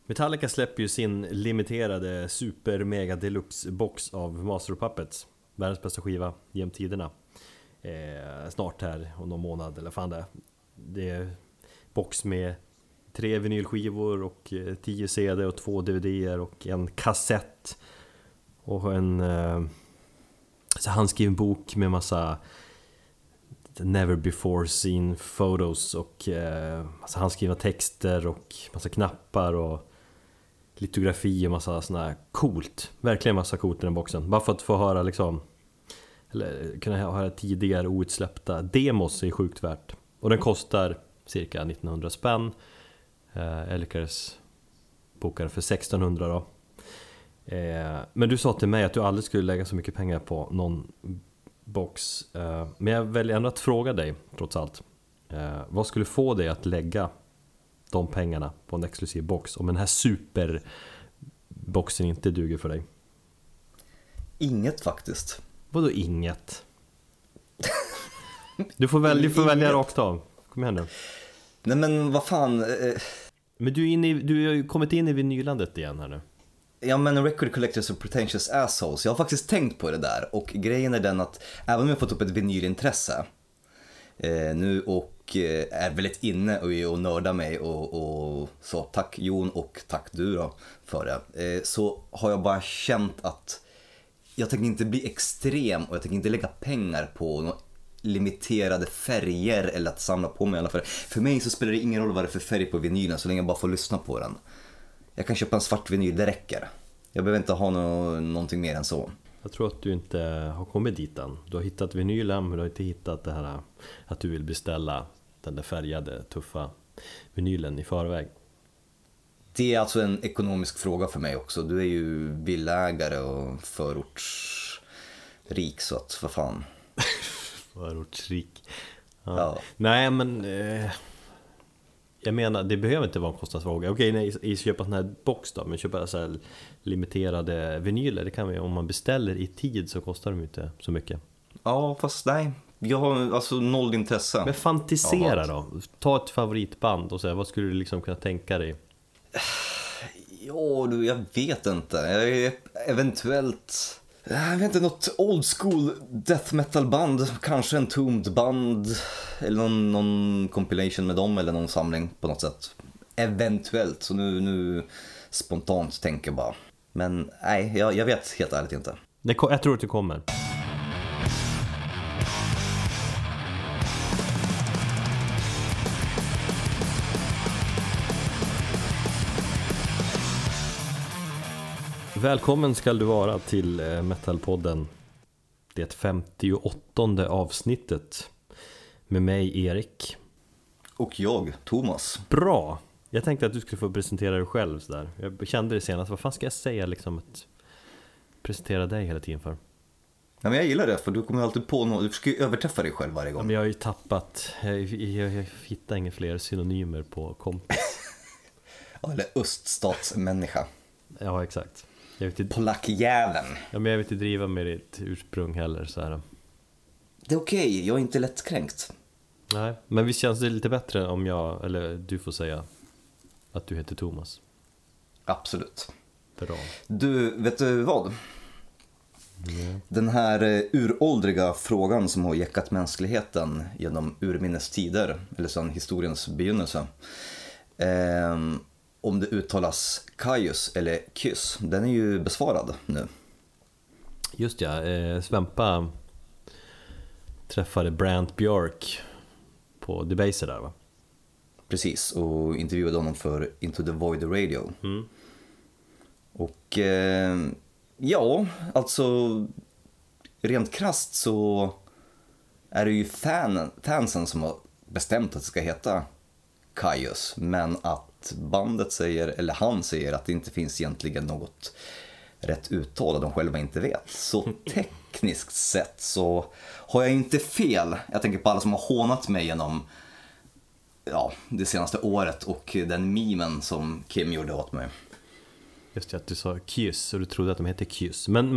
Metallica släpper ju sin limiterade Super Mega Deluxe box av Master of Puppets, världens bästa skiva genom tiderna. Snart här om någon månad eller fan det är box med 3 vinylskivor och 10 CD och 2 DVD:er och en kassett och en så handskriven bok med massa never before seen photos och massa handskrivna texter och massa knappar och litografi och massa såna här coolt, verkligen massa coolt i den boxen. Bara för att få höra liksom, eller kunna höra tidigare outsläppta demos är sjukt värt. Och den kostar cirka 1900 spänn. Jag lyckades boka den för 1600 då. Men du sa till mig att du aldrig skulle lägga så mycket pengar på någon box. Men jag väljer ändå att fråga dig trots allt. Vad skulle få dig att lägga de pengarna på en exklusiv box om den här superboxen inte duger för dig? Inget faktiskt. Vadå inget? Du får välja rakt av. Kom igen nu. Nej men vad fan. Men du har ju kommit in i vinylandet igen här nu. Ja men record collectors och pretentious assholes. Jag har faktiskt tänkt på det där. Och grejen är den att även om jag fått upp ett vinylintresse nu och är väldigt inne och nördar mig och så tack Jon och tack du då för det. Så har jag bara känt att jag tänker inte bli extrem och jag tänker inte lägga pengar på några limiterade färger eller att samla på mig alla färger. För mig så spelar det ingen roll vad det är för färg på vinylen så länge jag bara får lyssna på den. Jag kan köpa en svart vinyl, det räcker. Jag behöver inte ha någonting mer än så. Jag tror att du inte har kommit dit än. Du har hittat vinylen men du har inte hittat det här att du vill beställa den där färgade, tuffa vinylen i förväg. Det är alltså en ekonomisk fråga för mig också. Du är ju villägare och förortsrik så att vad fan. Förortsrik. Ja. Nej men jag menar det behöver inte vara en kostnadsfråga. Okej, nej, köpa sån här box då, men köpa så här limiterade vinyler, det kan vi om man beställer i tid så kostar de inte så mycket. Ja, fast nej. Jag har alltså noll intresse. Men fantisera då. Ta ett favoritband och säga vad skulle du liksom kunna tänka dig? Ja, jag vet inte. Eventuellt jag vet inte, något old school death metal band, kanske en Tombed band eller någon compilation med dem eller någon samling på något sätt. Eventuellt, så nu spontant tänker jag bara. Men nej, jag vet helt ärligt inte. Jag tror att det kommer. Välkommen ska du vara till Metalpodden. Det 58:e avsnittet med mig Erik. Och jag, Thomas. Bra! Jag tänkte att du skulle få presentera dig själv så där. Jag kände det senast, vad fan ska jag säga liksom att presentera dig hela tiden för? Ja, men jag gillar det, för du kommer alltid på något. Du ska ju överträffa dig själv varje gång. Ja, men jag har ju tappat, jag hittar inga fler synonymer på kompis. Eller öststatsmänniska. Ja, exakt. Polackjäveln. Ja, men jag vet inte driva med ditt ursprung heller så här. Det är okej, jag är inte lättkränkt. Nej, men visst känns det lite bättre om jag, eller du får säga att du heter Thomas. Absolut. Bra. Du, vet du vad? Den här uråldriga frågan som har jäckat mänskligheten genom urminnes tider, eller sedan historiens begynnelse. Om det uttalas Kaius eller Kyss, den är ju besvarad nu. Just ja, Svempa träffade Brant Björk på Debaser där va? Precis, och intervjuade honom för Into the Void Radio. Och ja, alltså rent krasst så är det ju fansen som har bestämt att det ska heta Kaius, men att bandet säger, eller han säger att det inte finns egentligen något rätt uttal och de själva inte vet. Så tekniskt sett så har jag inte fel. Jag tänker på alla som har hånat mig genom det senaste året och den memen som Kim gjorde åt mig. Just det, att du sa Kyss och du trodde att de hette Kyss. Men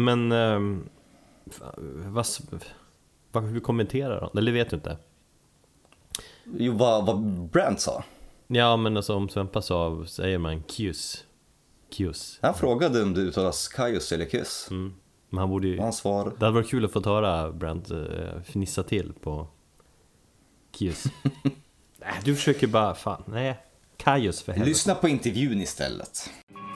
hur kommenterar de? Eller vet du inte? Jo, vad Brand sa. Ja, men alltså om Svempa sa, säger man Kyss. Kius. Han frågade om det uttalas Kaius eller Kius. Men han borde ju... Hans svar... Det hade varit kul att få höra Brent fnissa till på Kius. Nej, du försöker bara... Fan, nej. Kaius för helvete. Lyssna på intervjun istället.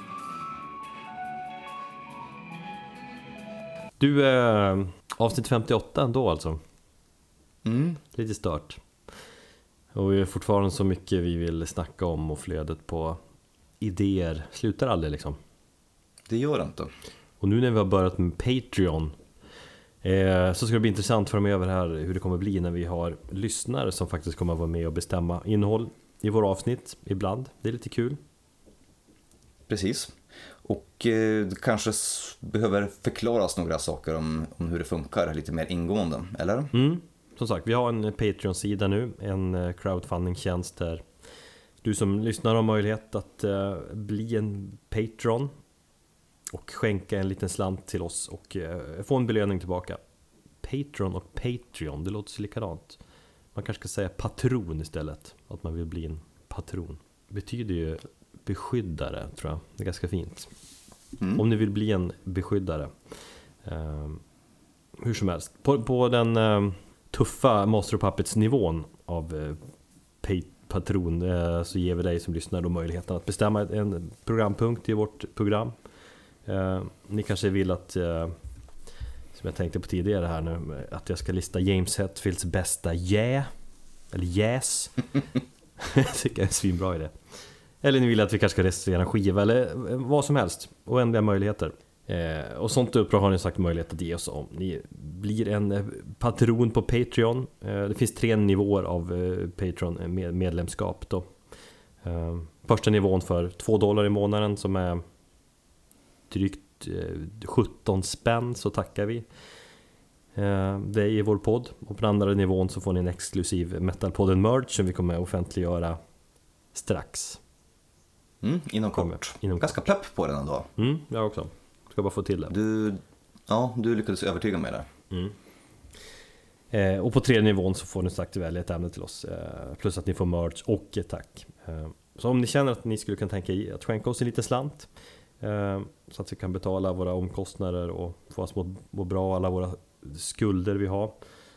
Du, avsnitt 58 ändå alltså. Lite stört. Och vi är fortfarande så mycket vi vill snacka om och flödet på idéer slutar aldrig liksom. Det gör det inte. Och nu när vi har börjat med Patreon så ska det bli intressant framöver här hur det kommer bli när vi har lyssnare som faktiskt kommer att vara med och bestämma innehåll i våra avsnitt ibland. Det är lite kul. Precis. Och det kanske behöver förklaras några saker om hur det funkar lite mer ingående, eller? Som sagt, vi har en Patreon-sida nu, en crowdfunding-tjänst där du som lyssnar har möjlighet att bli en patron och skänka en liten slant till oss och få en belöning tillbaka. Patron och Patreon, det låter så likadant. Man kanske ska säga patron istället, att man vill bli en patron. Det betyder ju beskyddare, tror jag. Det är ganska fint. Om ni vill bli en beskyddare. Hur som helst. På den tuffa Master of Puppets nivån av patron så ger vi dig som lyssnar då möjligheten att bestämma en programpunkt i vårt program. Ni kanske vill att, som jag tänkte på tidigare här nu, att jag ska lista James Hetfields bästa eller yes. Jag tycker det är svinbra idé. Eller ni vill att vi kanske ska recensera en skiva eller vad som helst. Oändliga möjligheter. Och sånt uppdrag har ni sagt möjlighet att ge oss om ni blir en patron på Patreon. Det finns 3 nivåer av Patreon medlemskap då. Första nivån för $2 i månaden som är drygt 17 spänn, så tackar vi. Det är i vår podd. Och på den andra nivån så får ni en exklusiv Metalpodden merch som vi kommer att offentliggöra strax. Inom kort. Ganska pepp på den ändå. Jag också. Ska bara få till det. Du lyckades övertyga mig där. Och på 3 nivån så får ni sagt välja ett ämne till oss. Plus att ni får merch och ett tack. Så om ni känner att ni skulle kunna tänka i att skänka oss en liten slant så att vi kan betala våra omkostnader och få oss må bra alla våra skulder vi har.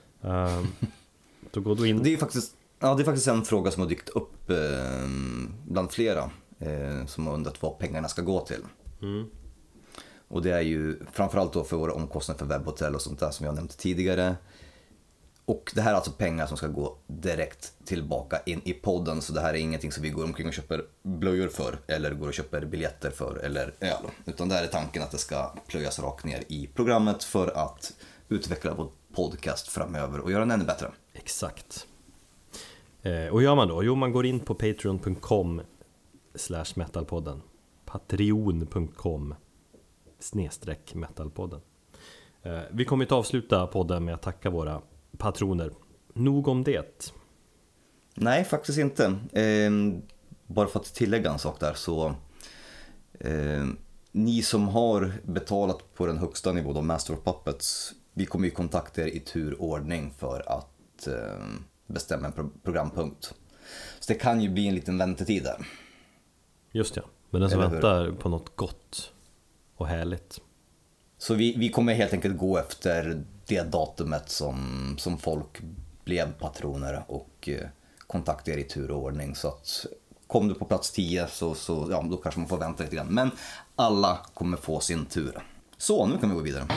Då går du in. Det är faktiskt en fråga som har dykt upp bland flera som har undrat vad pengarna ska gå till. Och det är ju framförallt då för våra omkostnader för webbhotell och sånt där som jag nämnde tidigare. Och det här är alltså pengar som ska gå direkt tillbaka in i podden. Så det här är ingenting som vi går omkring och köper blöjor för eller går och köper biljetter för eller öl. Utan det här är tanken att det ska plöjas rakt ner i programmet för att utveckla vår podcast framöver och göra den ännu bättre. Exakt. Och gör man då? Jo, man går in på patreon.com/metalpodden. patreon.com/metalpodden. Vi kommer att avsluta podden med att tacka våra patroner. Nog om det. Nej, faktiskt inte. Bara för att tillägga en sak där så ni som har betalat på den högsta nivån, då Master of Puppets, vi kommer ju kontakta er i turordning för att bestämma en programpunkt. Så det kan ju bli en liten väntetid där. Just ja, men den som väntar på något gott och härligt. Så vi kommer helt enkelt gå efter det datumet som folk blev patroner och kontakta er i turordning. Så att kom du på plats 10 så ja, då kanske man får vänta lite grann. Men alla kommer få sin tur. Så, nu kan vi gå vidare.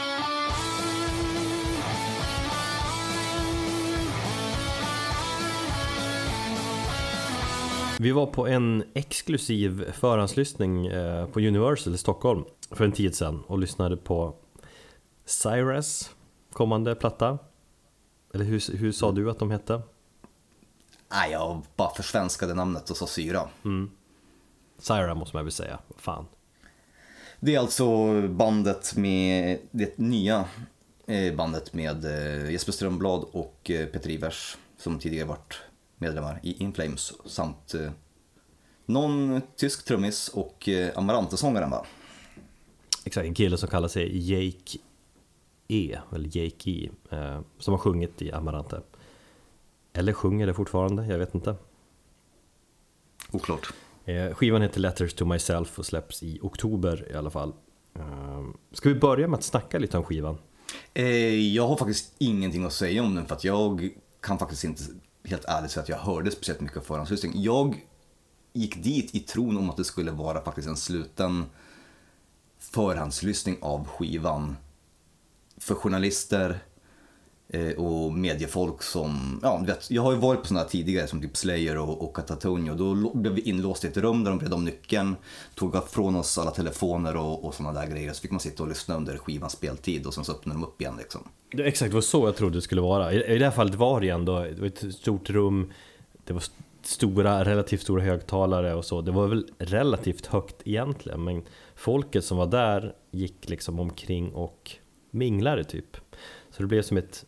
Vi var på en exklusiv förhandslyssning på Universal i Stockholm för en tid sedan och lyssnade på Cyrus kommande platta. Eller hur sa du att de hette? Nej, jag bara försvenskade namnet och sa Syra. Cyrus måste man väl säga, fan. Det är alltså bandet med det nya bandet med Jesper Strömblad och Peter Ivers som tidigare varit medlemmar i In Flames samt någon tysk trummis och Amarante-sångaren, va? Exakt, en kille som kallar sig Jake E, eller Jake E, som har sjungit i Amarante. Eller sjunger det fortfarande, jag vet inte. Oklart. Skivan heter Letters to Myself och släpps i oktober i alla fall. Ska vi börja med att snacka lite om skivan? Jag har faktiskt ingenting att säga om den, för att jag kan faktiskt inte helt ärligt säga att jag hörde speciellt mycket av förhandslyssning. Jag gick dit i tron om att det skulle vara faktiskt en sluten förhandslyssning av skivan för journalister och mediefolk som, ja, du vet, jag har ju varit på sådana här tidigare som typ Slayer och Katatonia, och då blev vi inlåst i ett rum där de bredde om nyckeln, tog från oss alla telefoner och sådana där grejer, så fick man sitta och lyssna under skivans speltid och sen så öppnade de upp igen liksom. Det exakt var så jag trodde det skulle vara. I det här fallet var det ändå, det var ett stort rum, det var relativt stora högtalare och så. Det var väl relativt högt egentligen, men folket som var där gick liksom omkring och minglade typ. Så det blev som ett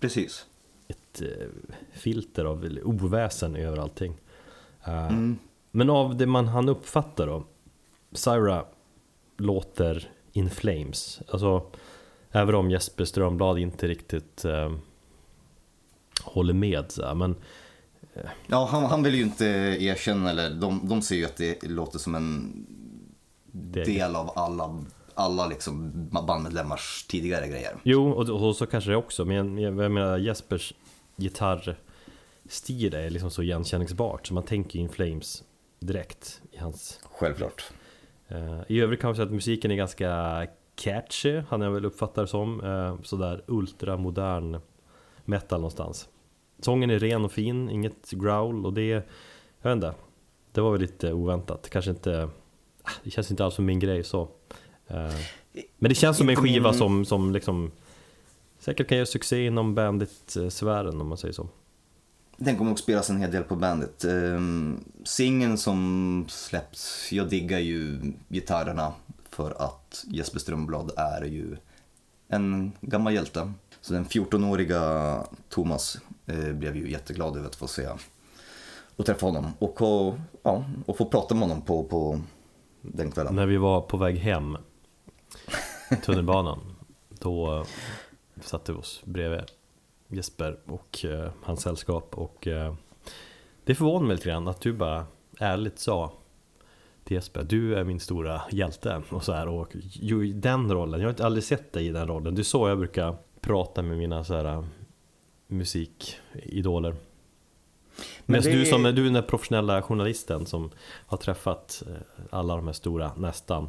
filter av oväsen över allting. Men av det man hann uppfatta då, Syra låter in flames. Alltså, även om Jesper Strömblad inte riktigt håller med så här, men ja, han vill ju inte erkänna, eller de ser ju att det låter som en del av alla liksom bandmedlemmars tidigare grejer. Jo, och så kanske det också, men jag menar Jespers gitarrstil är liksom så igenkänningsbart, så man tänker In Flames direkt i hans... Självklart. I övrigt kan man säga att musiken är ganska catchy, han är väl uppfattar som sådär ultramodern metal någonstans. Sången är ren och fin, inget growl, och det, jag vet inte, det var väl lite oväntat. Kanske inte, det känns inte alls som min grej så. Men det känns som en skiva som liksom säkert kan göra succé inom Bandit-sfären, om man säger så. Den kommer också spelas en hel del på Bandit. Singeln som släpps, jag diggar ju gitarrerna, för att Jesper Strömblad är ju en gammal hjälte. Så den 14-åriga Thomas blev ju jätteglad över att få se och träffa honom och få prata med honom på den kvällen. När vi var på väg hem tunnelbanan, då satte vi oss bredvid Jesper och hans sällskap, och det förvånade mig lite grann att du bara ärligt sa till Jesper, du är min stora hjälte och så här, och i den rollen, jag har aldrig sett dig i den rollen. Du så jag brukar prata med mina så här musikidoler. Men du är den där professionella journalisten som har träffat alla de här stora nästan.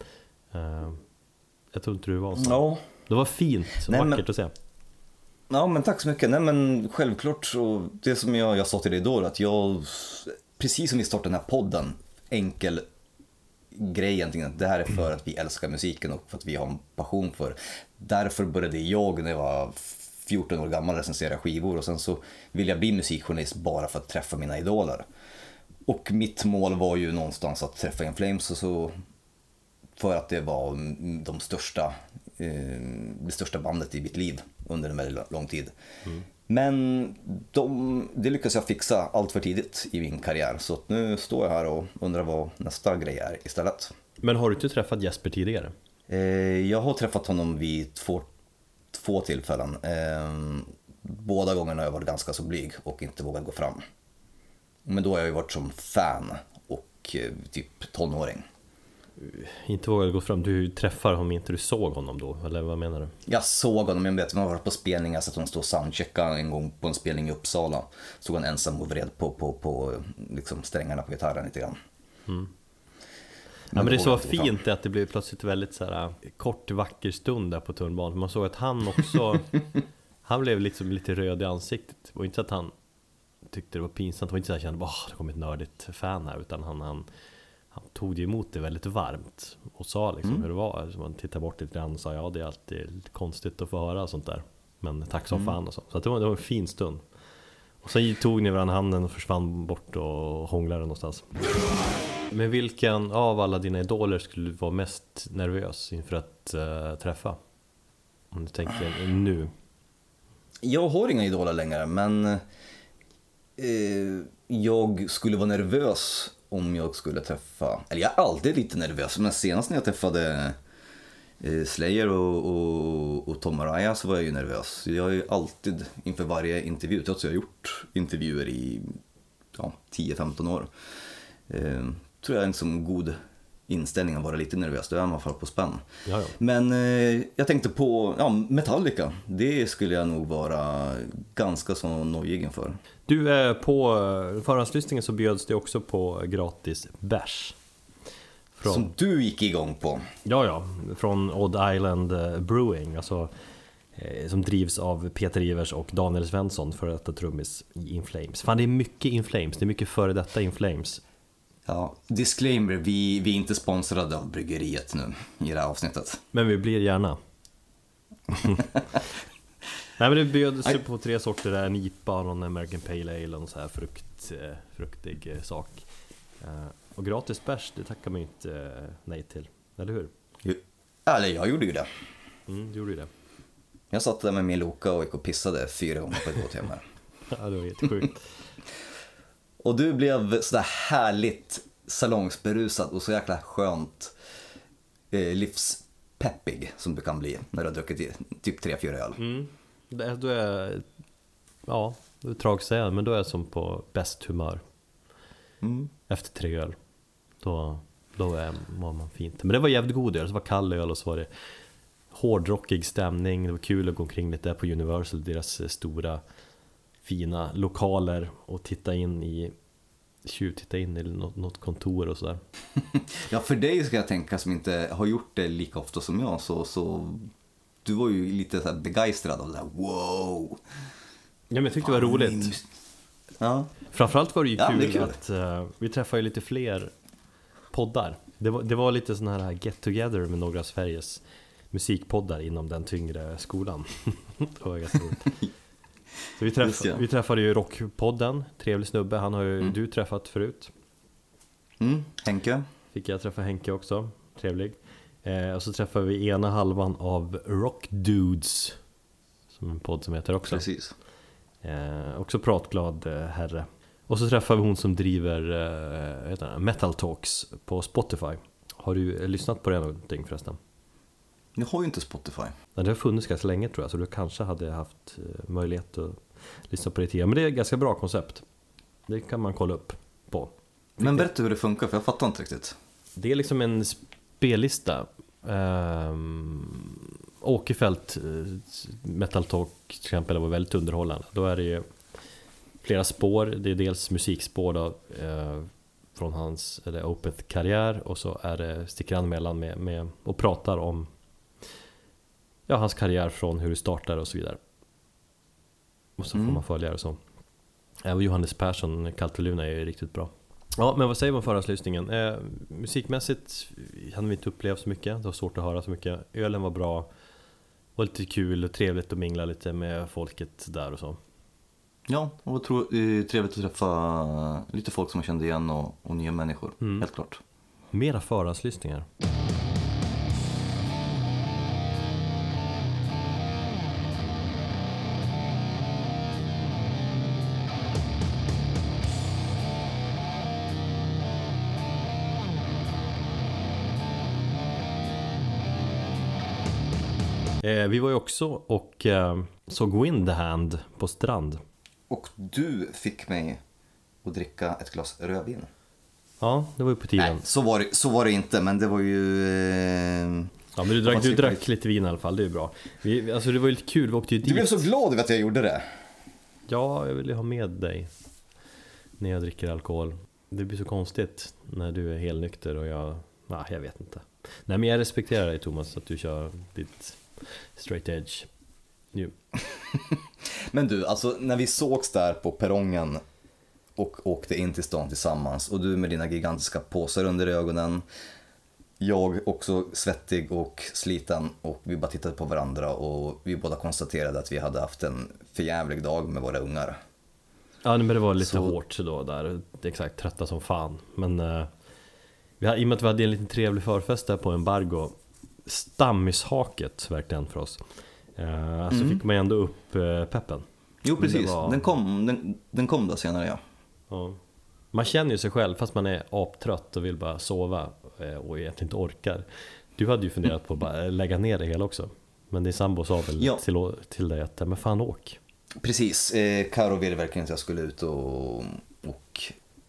Jag tror inte du var så. Ja. Det var fint och vackert att se. Ja, men tack så mycket. Nej, men självklart så, det som jag sa till dig då, att jag, precis som vi startade den här podden, enkel grej egentligen, det här är för att vi älskar musiken och för att vi har en passion för. Därför började jag när jag var 14 år gammal recensera skivor, och sen så ville jag bli musikjournalist bara för att träffa mina idoler. Och mitt mål var ju någonstans att träffa In Flames, och så för att det var det största bandet i mitt liv under en väldigt lång tid. Men det lyckades jag fixa allt för tidigt i min karriär, så att nu står jag här och undrar vad nästa grej är istället. Men har du inte träffat Jesper tidigare? Jag har träffat honom vid två tillfällen. Båda gångerna har jag varit ganska så blyg och inte vågat gå fram. Men då har jag ju varit som fan och typ tonåring. Inte vågat gå fram, du träffar honom inte, du såg honom då, eller vad menar du? Jag såg honom, jag vet, man har varit på spelningar, så att de stod och soundchecka en gång på en spelning i Uppsala. Stod han ensam och vred på liksom strängarna på gitarren lite grann. Men det är så fint att det blev plötsligt väldigt så här kort vacker stund där på tunnelbanan. Man såg att han också han blev liksom lite röd i ansiktet. Det var inte så att han tyckte det var pinsamt, det var inte så att han kände det kom ett nördigt fan här, utan han tog det emot det väldigt varmt och sa liksom hur det var. Så man tittar bort lite grann och sa det är alltid konstigt att få höra sånt där, men tack som fan och så. Så att det var en fin stund. Och sen tog ni varandra handen och försvann bort och hånglade någonstans. Men vilken av alla dina idoler skulle du vara mest nervös inför att träffa? Om du tänker nu. Jag har inga idoler längre, men jag skulle vara nervös om jag skulle träffa, eller jag är alltid lite nervös, men senast när jag träffade Slayer och Tom Araya så var jag ju nervös. Jag är ju alltid inför varje intervju, trots att jag har gjort intervjuer i 10-15 år, tror jag är en som god inställning att vara lite nervös. Då är man i alla fall på spänn. Ja. Men jag tänkte på Metallica. Det skulle jag nog vara ganska så nojig inför. Du, på förhandslyssningen så bjöds det också på gratis bärs. Som du gick igång på. Ja, från Odd Island Brewing, alltså, som drivs av Peter Ivers och Daniel Svensson, före detta trummis i In Flames. Fan, det är mycket In Flames, det är mycket före detta In Flames. Ja, disclaimer, vi är inte sponsrade av bryggeriet nu i det här avsnittet. Men vi blir gärna. Nej, men det bjöds ju på 3 sorter där, en IPA, någon American Pale Ale och så här fruktig sak. Och gratis bärs, det tackar man ju inte nej till, eller hur? Eller jag gjorde ju det. Du gjorde ju det. Jag satt där med min Loka och gick och pissade 4 gånger på 2 timmar. Ja, det var jättesjukt. Och du blev sådär härligt salongsberusad och så jäkla skönt livspeppig som du kan bli när du har druckit typ 3-4 öl. Då är, ja, det är tragiskt att säga, men då är jag som på bäst humör. Efter 3 öl. Då var man fint. Men det var jävligt god öl, det var kall öl och så var det hårdrockig stämning. Det var kul att gå omkring lite där på Universal, deras stora fina lokaler, och titta in i något kontor och sådär. Ja, för dig ska jag tänka, som inte har gjort det lika ofta som jag, så du var ju lite så här begeistrad av det här. Wow! Ja, men jag tyckte det var roligt. Ja. Framförallt var det ju kul. Att vi träffade ju lite fler poddar. Det var lite sån här get together med några av Sveriges musikpoddar inom den tyngre skolan. Det var ganska roligt. Så vi träffade ju Rockpodden, trevlig snubbe, han har ju du träffat förut. Henke. Fick jag träffa Henke också, trevlig. Och så träffade vi ena halvan av Rock Dudes, som en podd som heter också. Precis. Också pratglad herre. Och så träffade vi hon som driver Metal Talks på Spotify. Har du lyssnat på det någonting förresten? Jag har ju inte Spotify. Det har funnits ganska länge tror jag, så du kanske hade haft möjlighet att lyssna på det tidigare. Men det är ett ganska bra koncept. Det kan man kolla upp på. Men berätta hur det funkar, för jag fattar inte riktigt. Det är liksom en spellista. Åkerfeldt Metal Talk till exempel var väldigt underhållande. Då är det ju flera spår. Det är dels musikspår då, från hans Opeth-karriär, och så är det sticker han mellan med och pratar om hans karriär från hur det startar och så vidare. Och så får man följa det och så. Och Johannes Persson, Kalteluna, är ju riktigt bra. Ja, men vad säger man om förhandslyssningen? Musikmässigt hade vi inte upplevt så mycket. Det var svårt att höra så mycket. Ölen var bra. Var lite kul och trevligt att mingla lite med folket där och så. Ja, och jag tror det är trevligt att träffa lite folk som man kände igen och nya människor, helt klart. Mera förhandslyssningar. Vi var ju också och såg Windhand på strand. Och du fick mig att dricka ett glas rödvin. Ja, det var ju på tiden. Nej, så var det inte, men det var ju... Ja, men du drack lite vin i alla fall, det är ju bra. Alltså det var ju lite kul, vi åkte ju dit. Du blev så glad över att jag gjorde det. Ja, jag ville ha med dig när jag dricker alkohol. Det blir så konstigt när du är helnykter och jag vet inte. Nej, men jag respekterar dig, Thomas, att du kör ditt straight edge nu. Men du, alltså när vi sågs där på perrongen och åkte in till stan tillsammans, och du med dina gigantiska påsar under ögonen, jag också svettig och sliten, och vi bara tittade på varandra och vi båda konstaterade att vi hade haft en förjävlig dag med våra ungar. Ja, men det var lite hårt då där, exakt, trötta som fan. Men i och med att vi hade en liten trevlig förfest där på Embargo, stammishaket verkligen för oss, så fick man ändå upp peppen. Jo, precis, den kom då senare, ja. Man känner ju sig själv fast man är aptrött och vill bara sova och egentligen inte orkar. Du hade ju funderat på att bara lägga ner det hela också, men din sambo sa väl till dig att men fan, åk. Precis, Karo ville verkligen att jag skulle ut och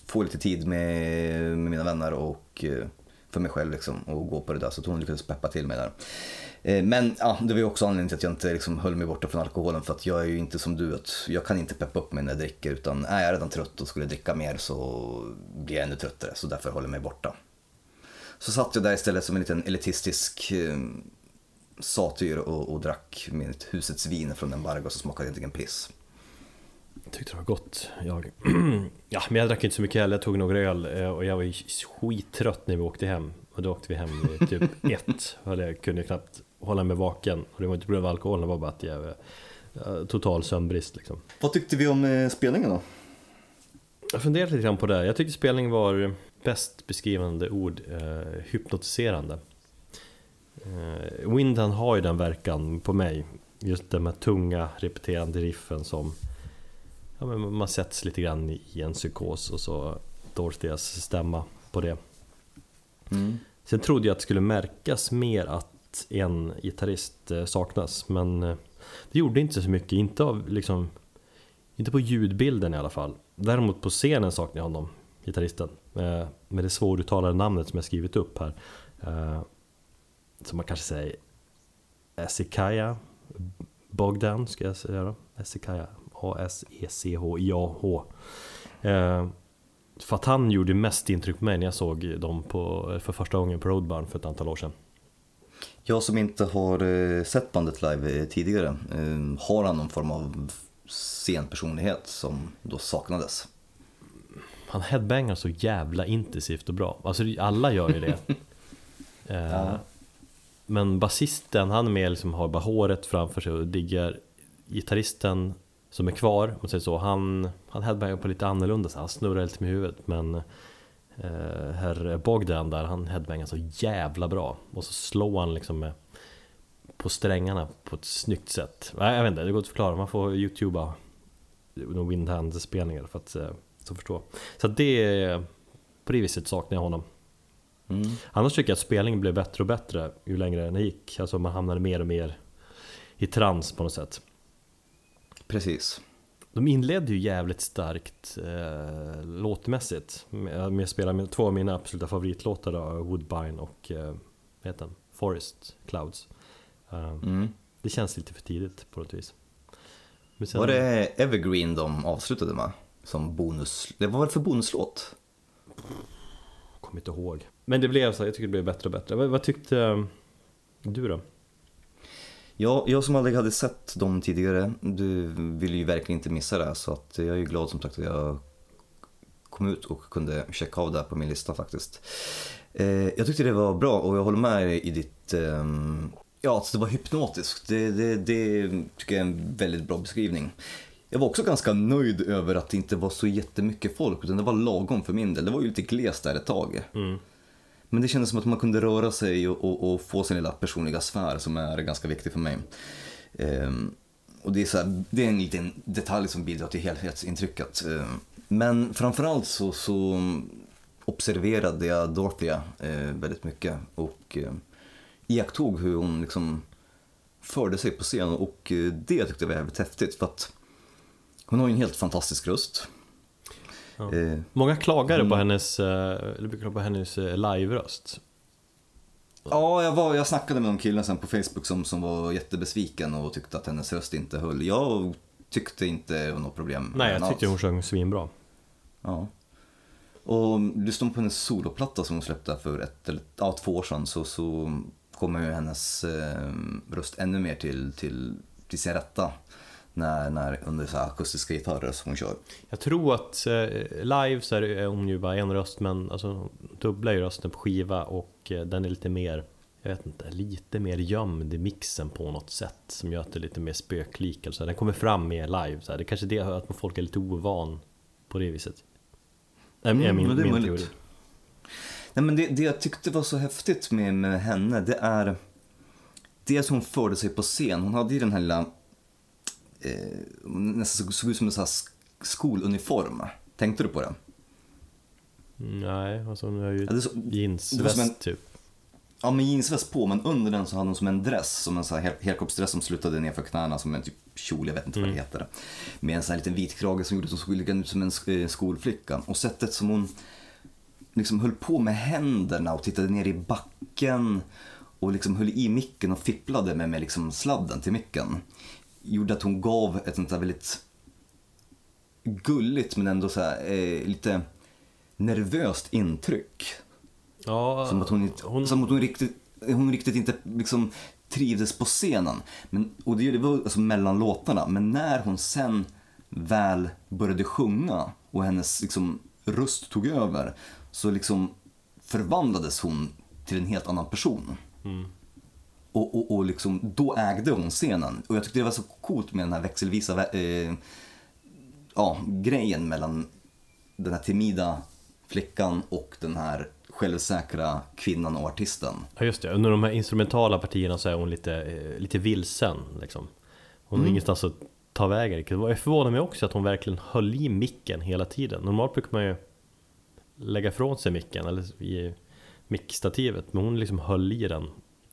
få lite tid med mina vänner och för mig själv liksom, och gå på det där, så att hon lyckades peppa till mig där. Men ja, det var ju också anledningen till att jag inte liksom höll mig borta från alkoholen, för att jag är ju inte som du, att jag kan inte peppa upp mig när jag dricker, utan är jag redan trött och skulle dricka mer så blir jag ännu tröttare, så därför håller jag mig borta. Så satt jag där istället som en liten elitistisk satyr och drack med ett husets vin från en bargo som smakade egentligen piss. Jag tyckte det var gott. Ja, men jag drack inte så mycket heller. Jag tog några öl och jag var ju skittrött när vi åkte hem. Och då åkte vi hem i typ 1. Jag kunde knappt hålla mig vaken. Och det var inte på grund av alkoholen, det var bara att jag total sömnbrist liksom. Vad tyckte vi om spelningen då? Jag funderade lite grann på det. Jag tyckte spelningen var bäst beskrivande ord, hypnotiserande. Windhand har ju den verkan på mig. Just de här tunga repeterande riffen som men man sätts lite grann i en psykos, och så Dorotheas stämma på det. Sen trodde jag att det skulle märkas mer att en gitarrist saknas, men det gjorde inte så mycket, inte på ljudbilden i alla fall. Däremot på scenen saknade jag honom, gitarristen, med det svåruttalade namnet som jag skrivit upp här, som man kanske säger Esechiah Bogdan, ska jag säga då? Esechiah, Asechiah. För att han gjorde mest intryck på mig när jag såg dem för första gången på Roadburn för ett antal år sedan. Jag som inte har sett bandet live tidigare, har han någon form av scenpersonlighet som då saknades? Han headbangar så jävla intensivt och bra. Alltså alla gör ju det. Ja. Men basisten, han är med, liksom, har bara håret framför sig och diggar. Gitarristen som är kvar, man säger så, han headbangar på lite annorlunda, så han snurrar lite med huvudet. Men herr Bogdan där, han headbangar så jävla bra. Och så slår han liksom på strängarna på ett snyggt sätt. Jag vet inte, det går att förklara. Man får YouTubea Windhand-spelningar för att så förstå. Så det, på det viset saknar jag honom. Annars tycker jag att spelningen blev bättre och bättre ju längre den gick. Alltså man hamnade mer och mer i trans på något sätt. Precis. De inledde ju jävligt starkt låtmässigt med att spela med två av mina absoluta favoritlåtar då, Woodbine och Forest Clouds. Det känns lite för tidigt på något vis. Men sen, var det Evergreen de avslutade med som bonus? Det var väl för bonuslåt? Kommer inte ihåg. Men det blev så, jag tycker det blev bättre och bättre. Vad tyckte du då? Ja, jag som aldrig hade sett dem tidigare, du ville ju verkligen inte missa det, så att jag är ju glad som sagt att jag kom ut och kunde checka av det på min lista faktiskt. Jag tyckte det var bra, och jag håller med i ditt att det var hypnotiskt. Det tycker jag är en väldigt bra beskrivning. Jag var också ganska nöjd över att det inte var så jättemycket folk, utan det var lagom för min del. Det var ju lite glest där ett tag. Men det kändes som att man kunde röra sig och få sin lilla personliga sfär som är ganska viktig för mig. Och det är, så här, det är en liten detalj som bidrar till helhetsintrycket. Men framförallt så observerade jag Dorothea väldigt mycket och iakttog hur hon liksom förde sig på scen, och det tyckte jag var väldigt häftigt, för att hon har ju en helt fantastisk röst. Ja. Många klagade på hennes live-röst. Ja, jag snackade med någon killen sen på Facebook som var jättebesviken och tyckte att hennes röst inte höll. Jag tyckte inte det var något problem. Nej, jag tyckte hon sjöng svinbra. Ja. Och lyssnade på hennes soloplatta som hon släppte för 2 år sedan, så kommer ju hennes röst ännu mer till sin rätta när under så här akustiska gitarrer som hon kör. Jag tror att live så är hon ju bara en röst, men alltså dubblar ju rösten på skiva, och den är lite mer, jag vet inte, lite mer gömd i mixen på något sätt som gör att det är lite mer spöklik. Alltså, den kommer fram mer live så här. Det kanske är det att folk är lite ovan på det viset. Det är min teori. Nej, men det jag tyckte var så häftigt med henne, det är det som hon förde sig på scen. Hon hade ju den här lilla nästan såg ut som en sån här skoluniform. Tänkte du på det? Nej, alltså hon har ju ja, jeansväst typ. Ja, men jeansväst på, men under den så hade hon som en dress, som en sån här helkroppsdress som slutade ner för knäna, som en typ kjol, jag vet inte vad det heter. Med en sån här liten vit krage som gjorde att hon skulle ut som en skolflicka. Och sättet som hon liksom höll på med händerna och tittade ner i backen och liksom höll i micken och fipplade med liksom sladden till micken, gjorde att hon gav ett sånt där väldigt gulligt men ändå så här, lite nervöst intryck. Ja, som att hon riktigt inte liksom trivdes på scenen. Och det var alltså mellan låtarna. Men när hon sen väl började sjunga och hennes liksom röst tog över, så liksom förvandlades hon till en helt annan person. Och liksom, då ägde hon scenen. Och jag tyckte det var så coolt med den här växelvisa grejen mellan den här timida flickan och den här självsäkra kvinnan och artisten. Ja, just det. Under de här instrumentala partierna så är hon lite vilsen liksom. Hon har ingenstans att ta vägen. Det förvånar mig också att hon verkligen höll i micken hela tiden. Normalt brukar man ju lägga från sig micken eller i mickstativet, men hon liksom höll i den.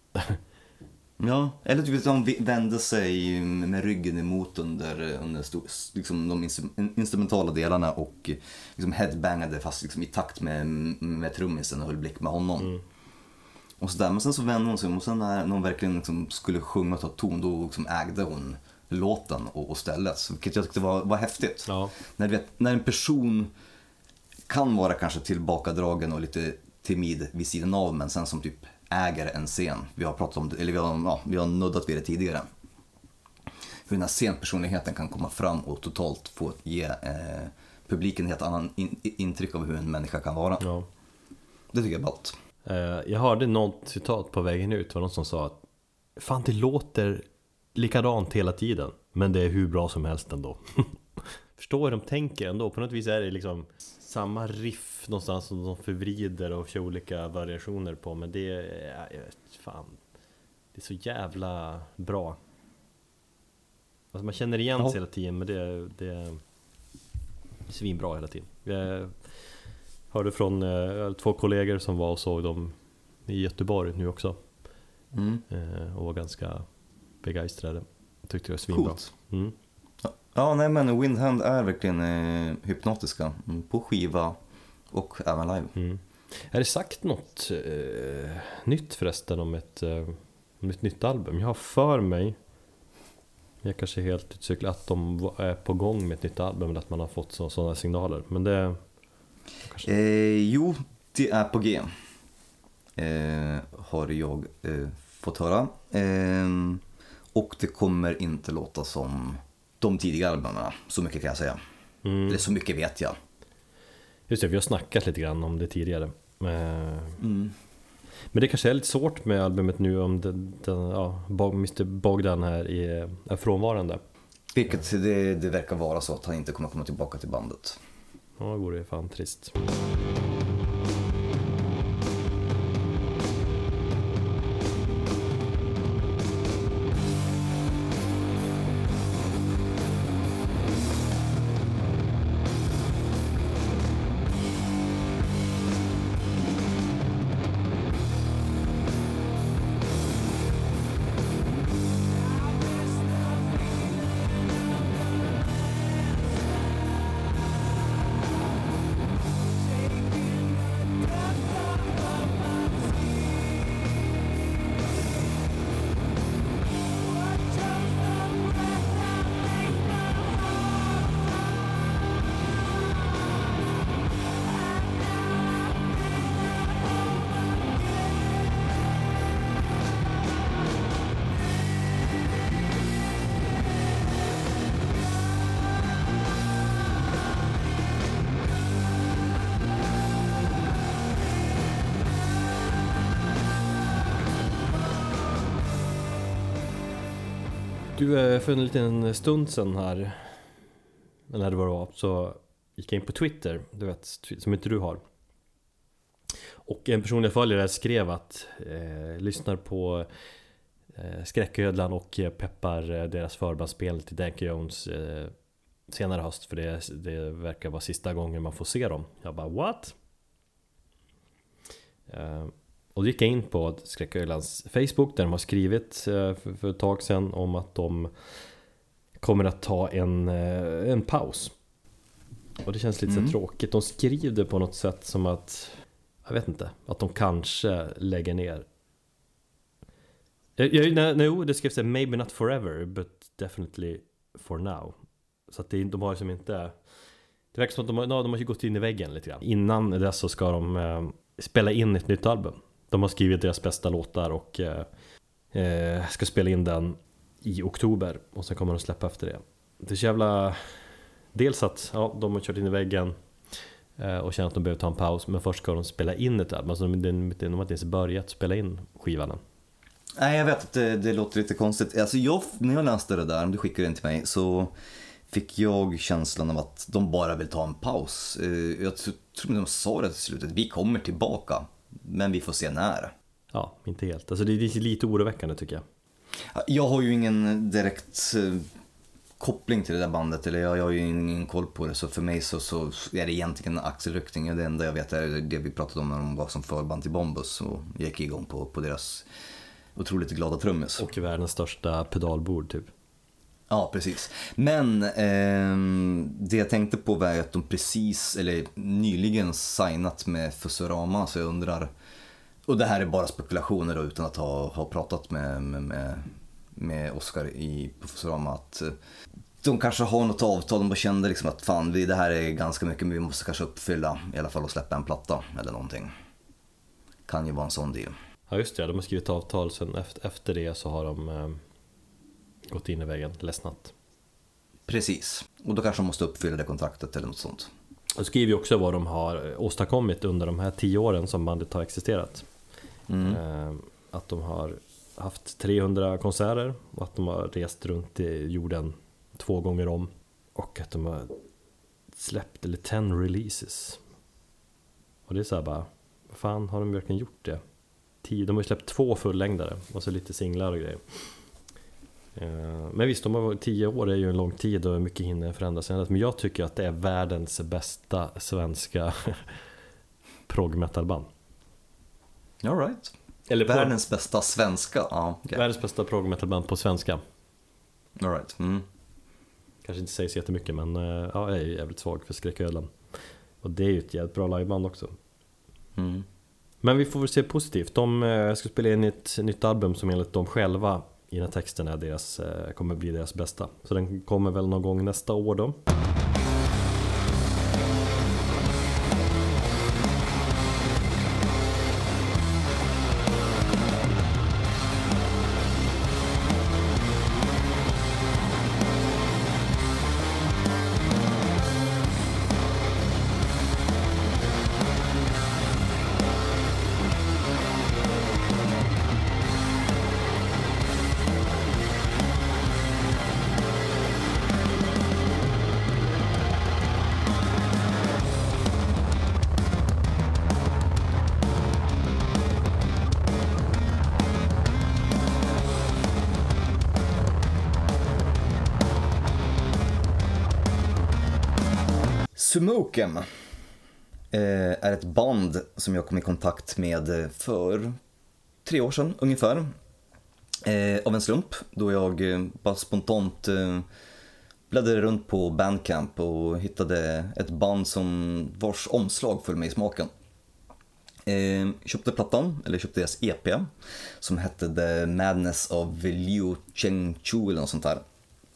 Ja, eller typ att hon vände sig med ryggen emot under liksom de instrumentala delarna och liksom headbangade fast liksom i takt med trummisen och höll blick med honom. Och så där, men sen så vände hon sig och sen när hon verkligen liksom skulle sjunga och ta ton, då liksom ägde hon låten och stället, vilket jag tyckte var häftigt. Ja. När en person kan vara kanske tillbakadragen och lite timid vid sidan av, men sen som typ äger en scen. Vi har pratat om det, eller vi har nuddat vid det tidigare. Hur den här scenpersonligheten kan komma fram och totalt få ge publiken ett helt annan intryck av hur en människa kan vara. Ja. Det tycker jag är ballt. Jag hörde något citat på vägen ut, var någon som sa att fan, det låter likadant hela tiden, men det är hur bra som helst ändå. Förstår hur de tänker ändå. På något vis är det liksom samma riff någonstans som de förvrider och kör olika variationer på, men det är det är så jävla bra. Alltså man känner igen sig hela tiden, men det är svinbra hela tiden. Jag hörde från 2 kollegor som var och såg dem i Göteborg nu också. Och var ganska begeistrade. Jag tyckte det var svinbra. Ja, nej, men Windhand är verkligen hypnotiska på skiva och även live. Är det sagt något nytt förresten om ett nytt album? Jag har för mig, jag kanske är helt utcyklat, att de är på gång med ett nytt album, eller att man har fått sådana signaler. Men det kanske... Jo, det är på G. Har jag fått höra. Och det kommer inte låta som de tidiga albumen, så mycket kan jag säga. Eller så mycket vet jag. Just det, vi har snackat lite grann om det tidigare. Men det kanske är lite svårt med albumet nu om Mr. Bogdan här är frånvarande. Vilket det verkar vara så att han inte kommer komma tillbaka till bandet. Ja, det vore fan trist. Du, för en liten stund sedan här, när det var, så gick jag in på Twitter, du vet, som inte du har. Och en person jag följer där skrev att lyssnar på Skräcködlan och peppar deras förbandsspel till Danko Jones senare höst, för det verkar vara sista gången man får se dem. Jag bara, what? Och då gick jag in på Skräcköglans Facebook där de har skrivit för ett tag sedan om att de kommer att ta en paus. Och det känns lite så tråkigt. De skriver det på något sätt som att, jag vet inte, att de kanske lägger ner. Det skrevs maybe not forever but definitely for now. Så att de har liksom inte, det verkar som att de har ju gått in i väggen lite grann. Innan dess så ska de spela in ett nytt album. De har skrivit deras bästa låtar och ska spela in den i oktober. Och sen kommer de släppa efter det. Det är så jävla, dels att de har kört in i väggen och känner att de behöver ta en paus. Men först ska de spela in ett album. Alltså de har inte ens börjat spela in skivan än. Nej, jag vet att det låter lite konstigt. Alltså när jag läste det där, du skickade det till mig, så fick jag känslan av att de bara vill ta en paus. Jag tror de sa det till slutet, vi kommer tillbaka, men vi får se när. Ja, inte helt. Alltså det är lite oroväckande tycker jag. Jag har ju ingen direkt koppling till det där bandet, eller jag har ju ingen koll på det, så för mig så är det egentligen axelryckning. Det enda jag vet är det vi pratade om när de var som förband till Bombus och gick igång på deras otroligt glada trummis. Och världens största pedalbord typ. Ja, precis. Men det jag tänkte på var att de precis, eller nyligen signat med Futurama, så jag undrar, och det här är bara spekulationer då, utan att ha pratat med Oscar på Futurama, att de kanske har något avtal, de bara kände liksom att fan, det här är ganska mycket, men vi måste kanske uppfylla i alla fall och släppa en platta eller någonting. Kan ju vara en sån del. Ja just det, de har skrivit avtal, sen efter det så har de gått in i väggen, ledsnat. Precis, och då kanske de måste uppfylla det kontraktet eller något sånt. Och skriver ju också vad de har åstadkommit under de här 10 åren som bandet har existerat. Att de har haft 300 konserter och att de har rest runt i jorden 2 gånger om. Och att de har släppt 10 releases. Och det är så här bara, vad fan har de verkligen gjort det? De har ju släppt 2 fullängdare och så lite singlar och grejer. Men visst, de har varit 10 år är ju en lång tid och mycket hinner förändras. Men jag tycker att det är världens bästa svenska prog-metalband. All right. Eller världens bästa svenska. Okay. Världens bästa prog-metalband på svenska. All right. Kanske inte säger så jättemycket, men jag är jävligt svag för Skräcköglan. Och det är ju ett jävligt bra liveband också. Men vi får väl se positivt. De ska spela in ett nytt album som enligt dem själva i den här texten är kommer bli deras bästa. Så den kommer väl någon gång nästa år då. Sumokem är ett band som jag kom i kontakt med för 3 år sedan ungefär, av en slump, då jag bara spontant bläddrade runt på Bandcamp och hittade ett band som vars omslag föll mig i smaken. Köpte plattan, eller köpte deras EP som hette The Madness of Liu Chengchu eller något sånt där.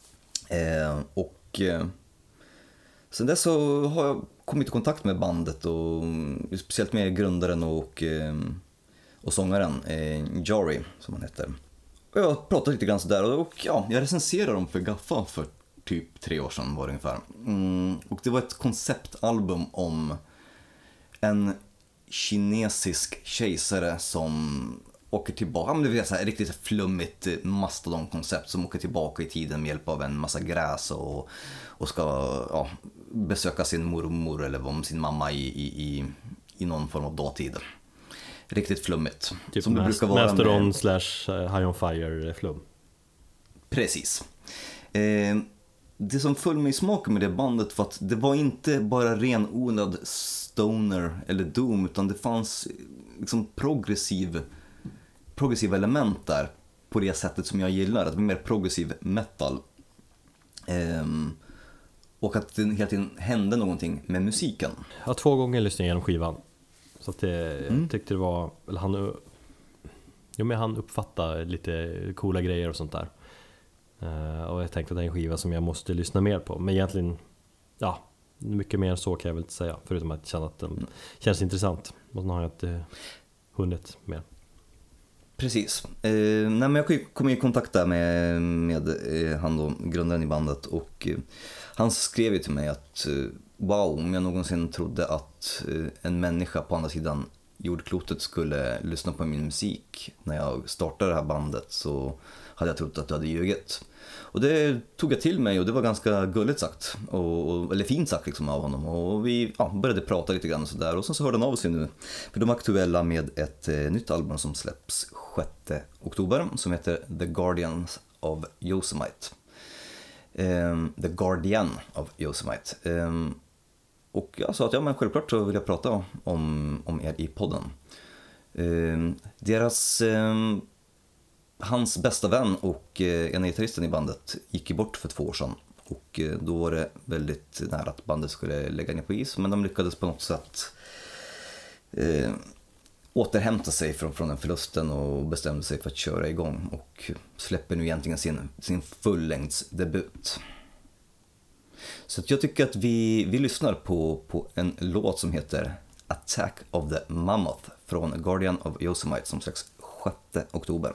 Och sen dess så har jag kommit i kontakt med bandet och speciellt med grundaren och sångaren Jory som han heter. Och jag har pratat lite grann sådär och jag recenserade dem för Gaffa för typ 3 år sedan var det ungefär. Och det var ett konceptalbum om en kinesisk kejsare som åker tillbaka, men det är så här riktigt flummigt mastodonkoncept som åker tillbaka i tiden med hjälp av en massa gräs och ska besöka sin mormor eller sin mamma i någon form av dåtid. Riktigt flummigt. Typ som det brukar vara Mastodon med... / High on Fire flum. Precis. det som föll mig i smaken med det bandet var att det var inte bara renodlad stoner eller doom, utan det fanns liksom progressiva element där på det sättet som jag gillar, att det var mer progressiv metal. Och att det hela tiden hände någonting med musiken. Jag har 2 gånger lyssnat igenom skivan. Så att jag tyckte det var, eller han uppfattar lite coola grejer och sånt där. Och jag tänkte att det är en skiva som jag måste lyssna mer på. Men egentligen, ja, mycket mer än så kan jag väl inte säga. Förutom att känna att den känns intressant. Och så har jag inte hunnit mer. Precis. Nej, men jag kom i kontakt där med han då, grundaren i bandet. Och han skrev ju till mig att wow, om jag någonsin trodde att en människa på andra sidan jordklotet skulle lyssna på min musik när jag startade det här bandet, så hade jag trott att du hade ljugit. Och det tog jag till mig, och det var ganska gulligt sagt, eller fint sagt liksom av honom. Och vi började prata lite grann och sådär, och så hörde han av sig nu. För de är aktuella med ett nytt album som släpps 6 oktober som heter The Guardian of Yosemite. The Guardian of Yosemite. Och jag sa att men självklart så vill jag prata om er i podden. Hans bästa vän och en av gitarristen i bandet gick bort för 2 år sedan. Och då var det väldigt nära att bandet skulle lägga ner på is. Men de lyckades på något sätt återhämta sig från den förlusten och bestämde sig för att köra igång. Och släpper nu egentligen sin fullängdsdebut. Så att jag tycker att vi lyssnar på en låt som heter Attack of the Mammoth från Guardian of Yosemite som släpps 6 oktober.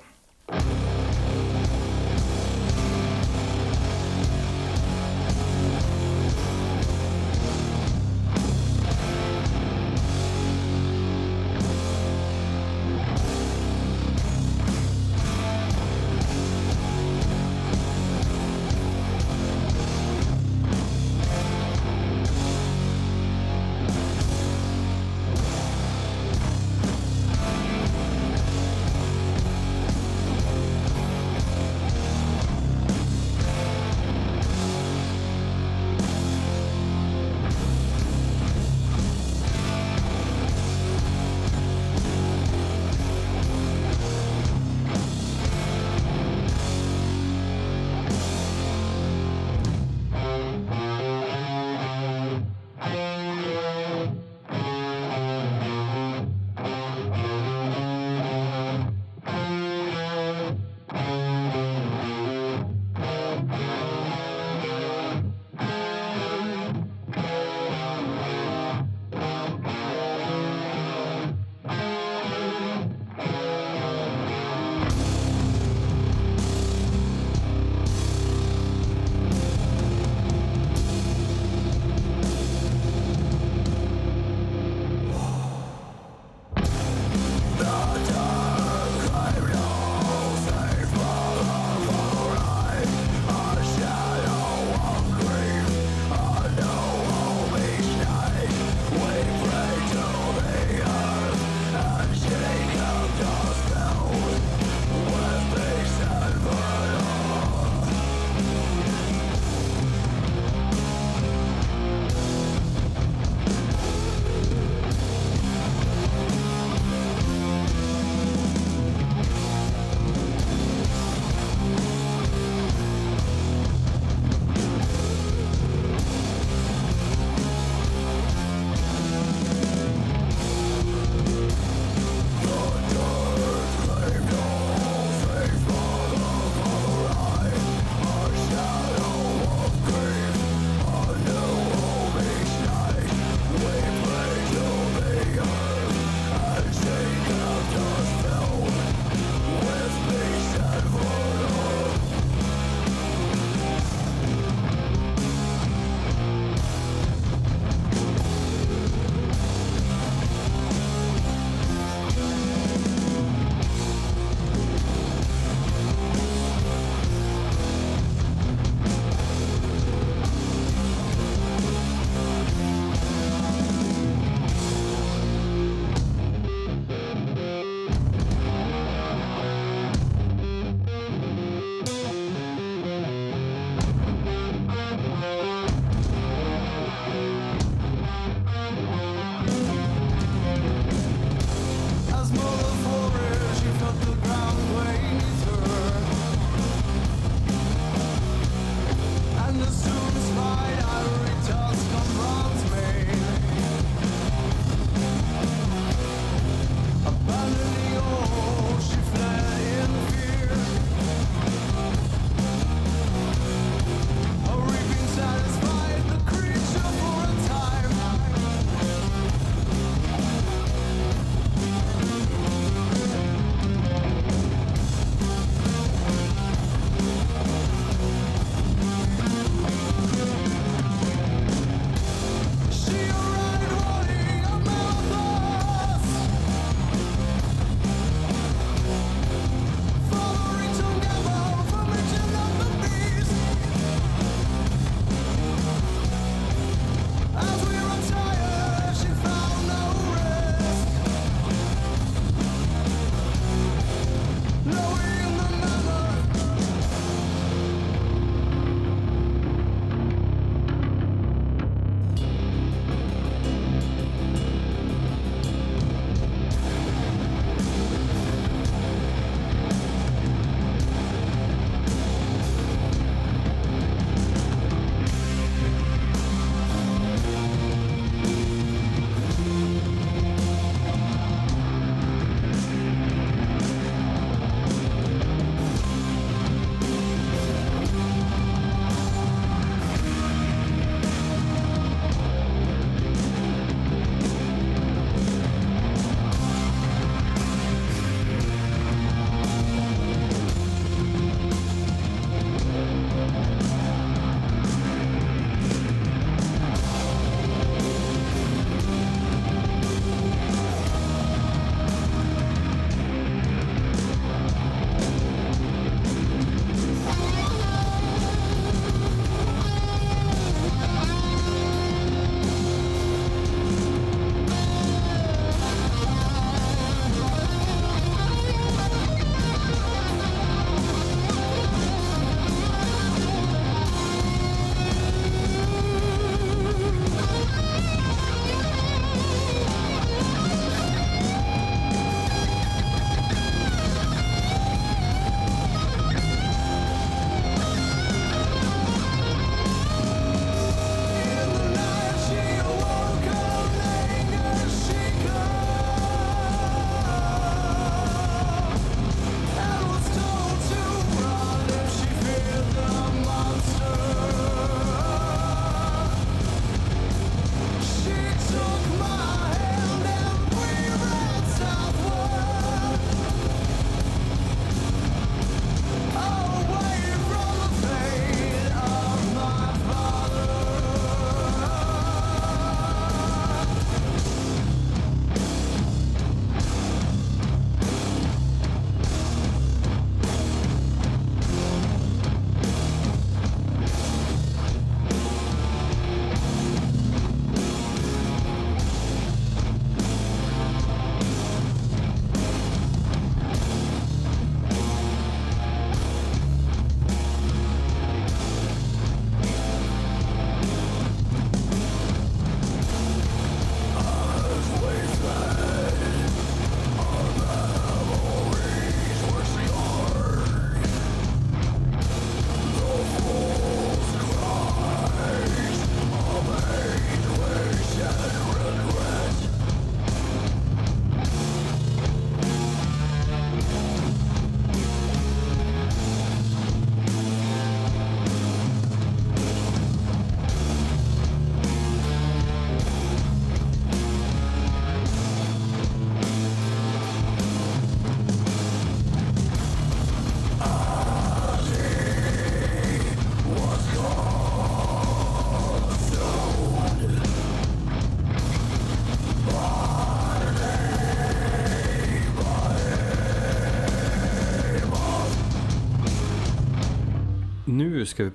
Nu ska vi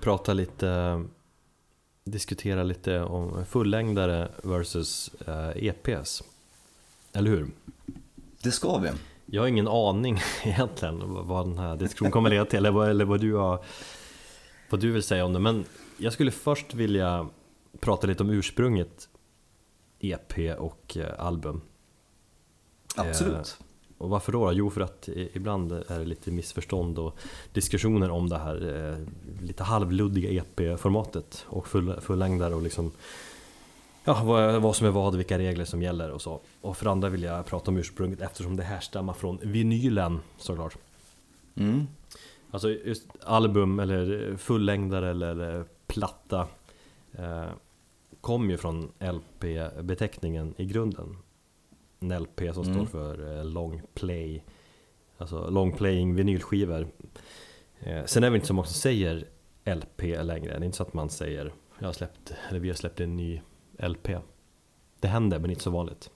diskutera lite om fullängdare versus EPs. Eller hur? Det ska vi. Jag har ingen aning egentligen vad den här diskussionen kommer leda till eller vad du vill säga om det. Men jag skulle först vilja prata lite om ursprunget EP och album. Absolut. Och varför då? Jo, för att ibland är det lite missförstånd och diskussioner om det här lite halvluddiga EP-formatet och fullängdare och liksom vad som är vad, vilka regler som gäller och så. Och för andra vill jag prata om ursprunget eftersom det härstammar från vinylen, såklart. Alltså just album eller fullängdare eller platta kom ju från LP-beteckningen i grunden. En LP som står för long play, alltså long playing vinylskivor. Sen är det inte så många som säger LP längre. Det är inte så att man säger vi har släppt en ny LP. Det händer, men inte så vanligt.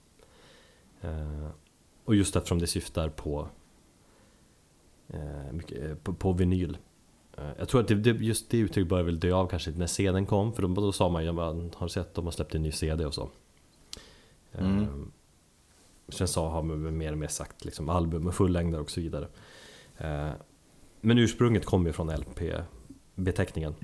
Och just eftersom det syftar på vinyl. Jag tror att just det uttryck började väl dö av kanske när CD:n kom. För då sa man ju, man har sett att de har släppt en ny CD och så. Sen har man mer och mer sagt liksom album och fullängdare och så vidare. Men ursprunget kommer ju från LP-beteckningen.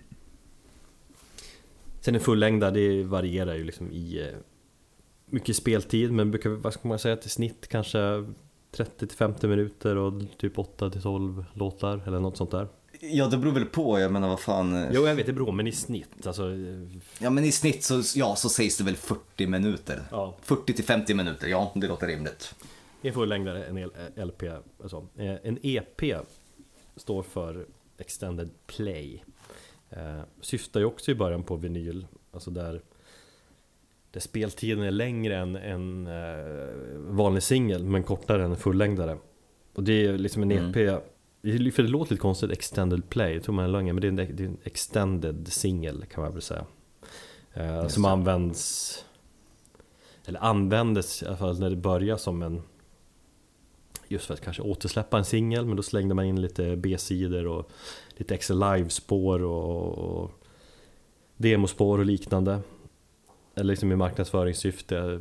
Sen en fullängdare, det varierar ju liksom i mycket speltid, men brukar, vad ska man säga, till snitt kanske 30-50 minuter och typ 8-12 låtar eller något sånt där. Ja, det beror väl på, jag menar vad fan. Jo, jag vet, det beror, men i snitt alltså. Ja, men i snitt så sägs det väl 40 minuter. Ja. 40-50 minuter, ja, det låter rimligt. En fullängdare, en LP alltså. En EP står för Extended Play. Syftar ju också i början på vinyl, alltså där speltiden är längre än en vanlig singel men kortare än en fullängdare. Och det är liksom en EP, för det låter lite konstigt, Extended Play, jag tror man är längre, men det är en extended singel kan man väl säga. Som användes i alla fall när det börjar som en, just för att kanske återsläppa en singel, men då slängde man in lite B-sidor och lite extra livespår och demospår och liknande. Eller liksom i marknadsföringssyfte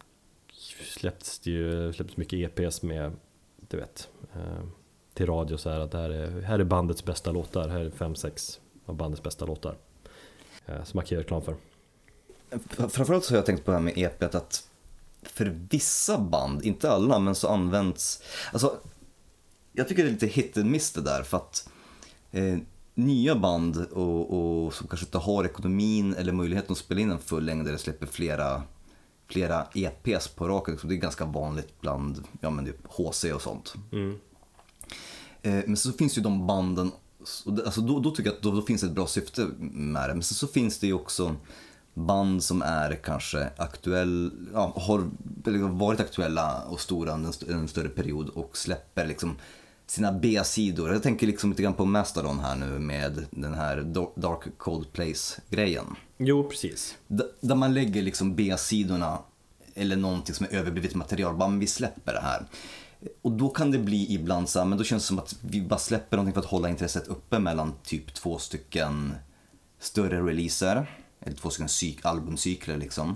släpps mycket EPs med, du vet, till radio så här att här är bandets bästa låtar, här är 5-6 av bandets bästa låtar som man kan göra reklam för. Framförallt så har jag tänkt på det här med EP att för vissa band, inte alla, men så används, alltså jag tycker det är lite hit and miss det där, för att nya band och som kanske inte har ekonomin eller möjligheten att spela in en full längd eller släpper flera EPs på raken, så det är ganska vanligt bland typ HC och sånt. Men så finns ju de banden, alltså då tycker jag att då finns ett bra syfte med det, men så finns det ju också band som är kanske har varit aktuella och stora en större period och släpper liksom sina B-sidor. Jag tänker liksom lite grann på Mastodon här nu med den här Dark Cold Place-grejen. Jo, precis. Där man lägger liksom B-sidorna eller någonting som är överblivet material, bara vi släpper det här. Och då kan det bli ibland så här, men då känns det som att vi bara släpper någonting för att hålla intresset uppe mellan typ 2 stycken större releaser eller 2 stycken albumcykler liksom.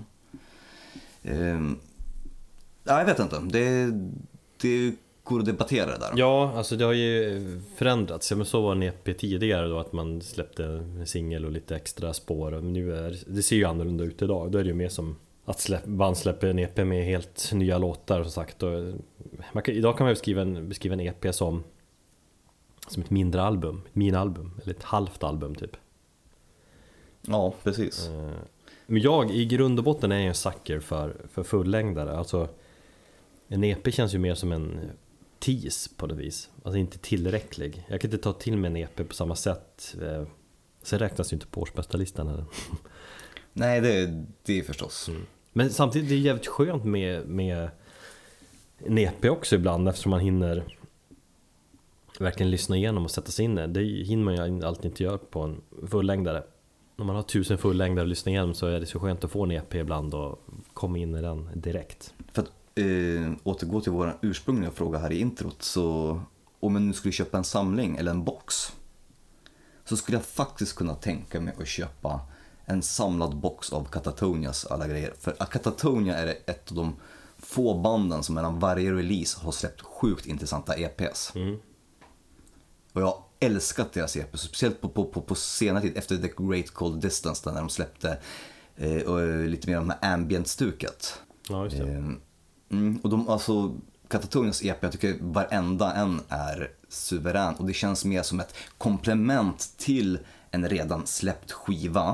Jag vet inte, det går att debattera det där. Ja, alltså det har ju förändrats. Men så var en EP tidigare då, att man släppte en singel och lite extra spår. Men det ser ju annorlunda ut idag. Då är det ju mer som att band släpper en EP med helt nya låtar, som sagt. Idag kan man beskriva en EP som ett mindre album, ett minialbum eller ett halvt album typ. Ja, precis. Men jag i grund och botten är en sucker för fullängdare. Alltså en EP känns ju mer som en tease på något vis. Alltså inte tillräcklig. Jag kan inte ta till mig en EP på samma sätt. Sen räknas ju inte på årsbästa-listan här. Nej, det är förstås. Men samtidigt är det jävligt skönt med en EP också ibland, eftersom man hinner verkligen lyssna igenom och sätta sig in i. Det hinner man ju alltid inte göra på en fullängdare. När man har 1000 fullängdare att lyssna igenom, så är det så skönt att få en EP ibland och komma in i den direkt. För att återgå till vår ursprungliga fråga här i introt, så om man nu skulle köpa en samling eller en box, så skulle jag faktiskt kunna tänka mig att köpa en samlad box av Katatonias alla grejer. För Katatonia är ett av de få banden som mellan varje release har släppt sjukt intressanta EPs. Och jag har älskat deras EPs, speciellt på senare tid efter The Great Cold Distance, när de släppte lite mer av det här ambient-stuket. Ja, just det. Och alltså Katatonias EP, jag tycker varenda en är suverän, och det känns mer som ett komplement till en redan släppt skiva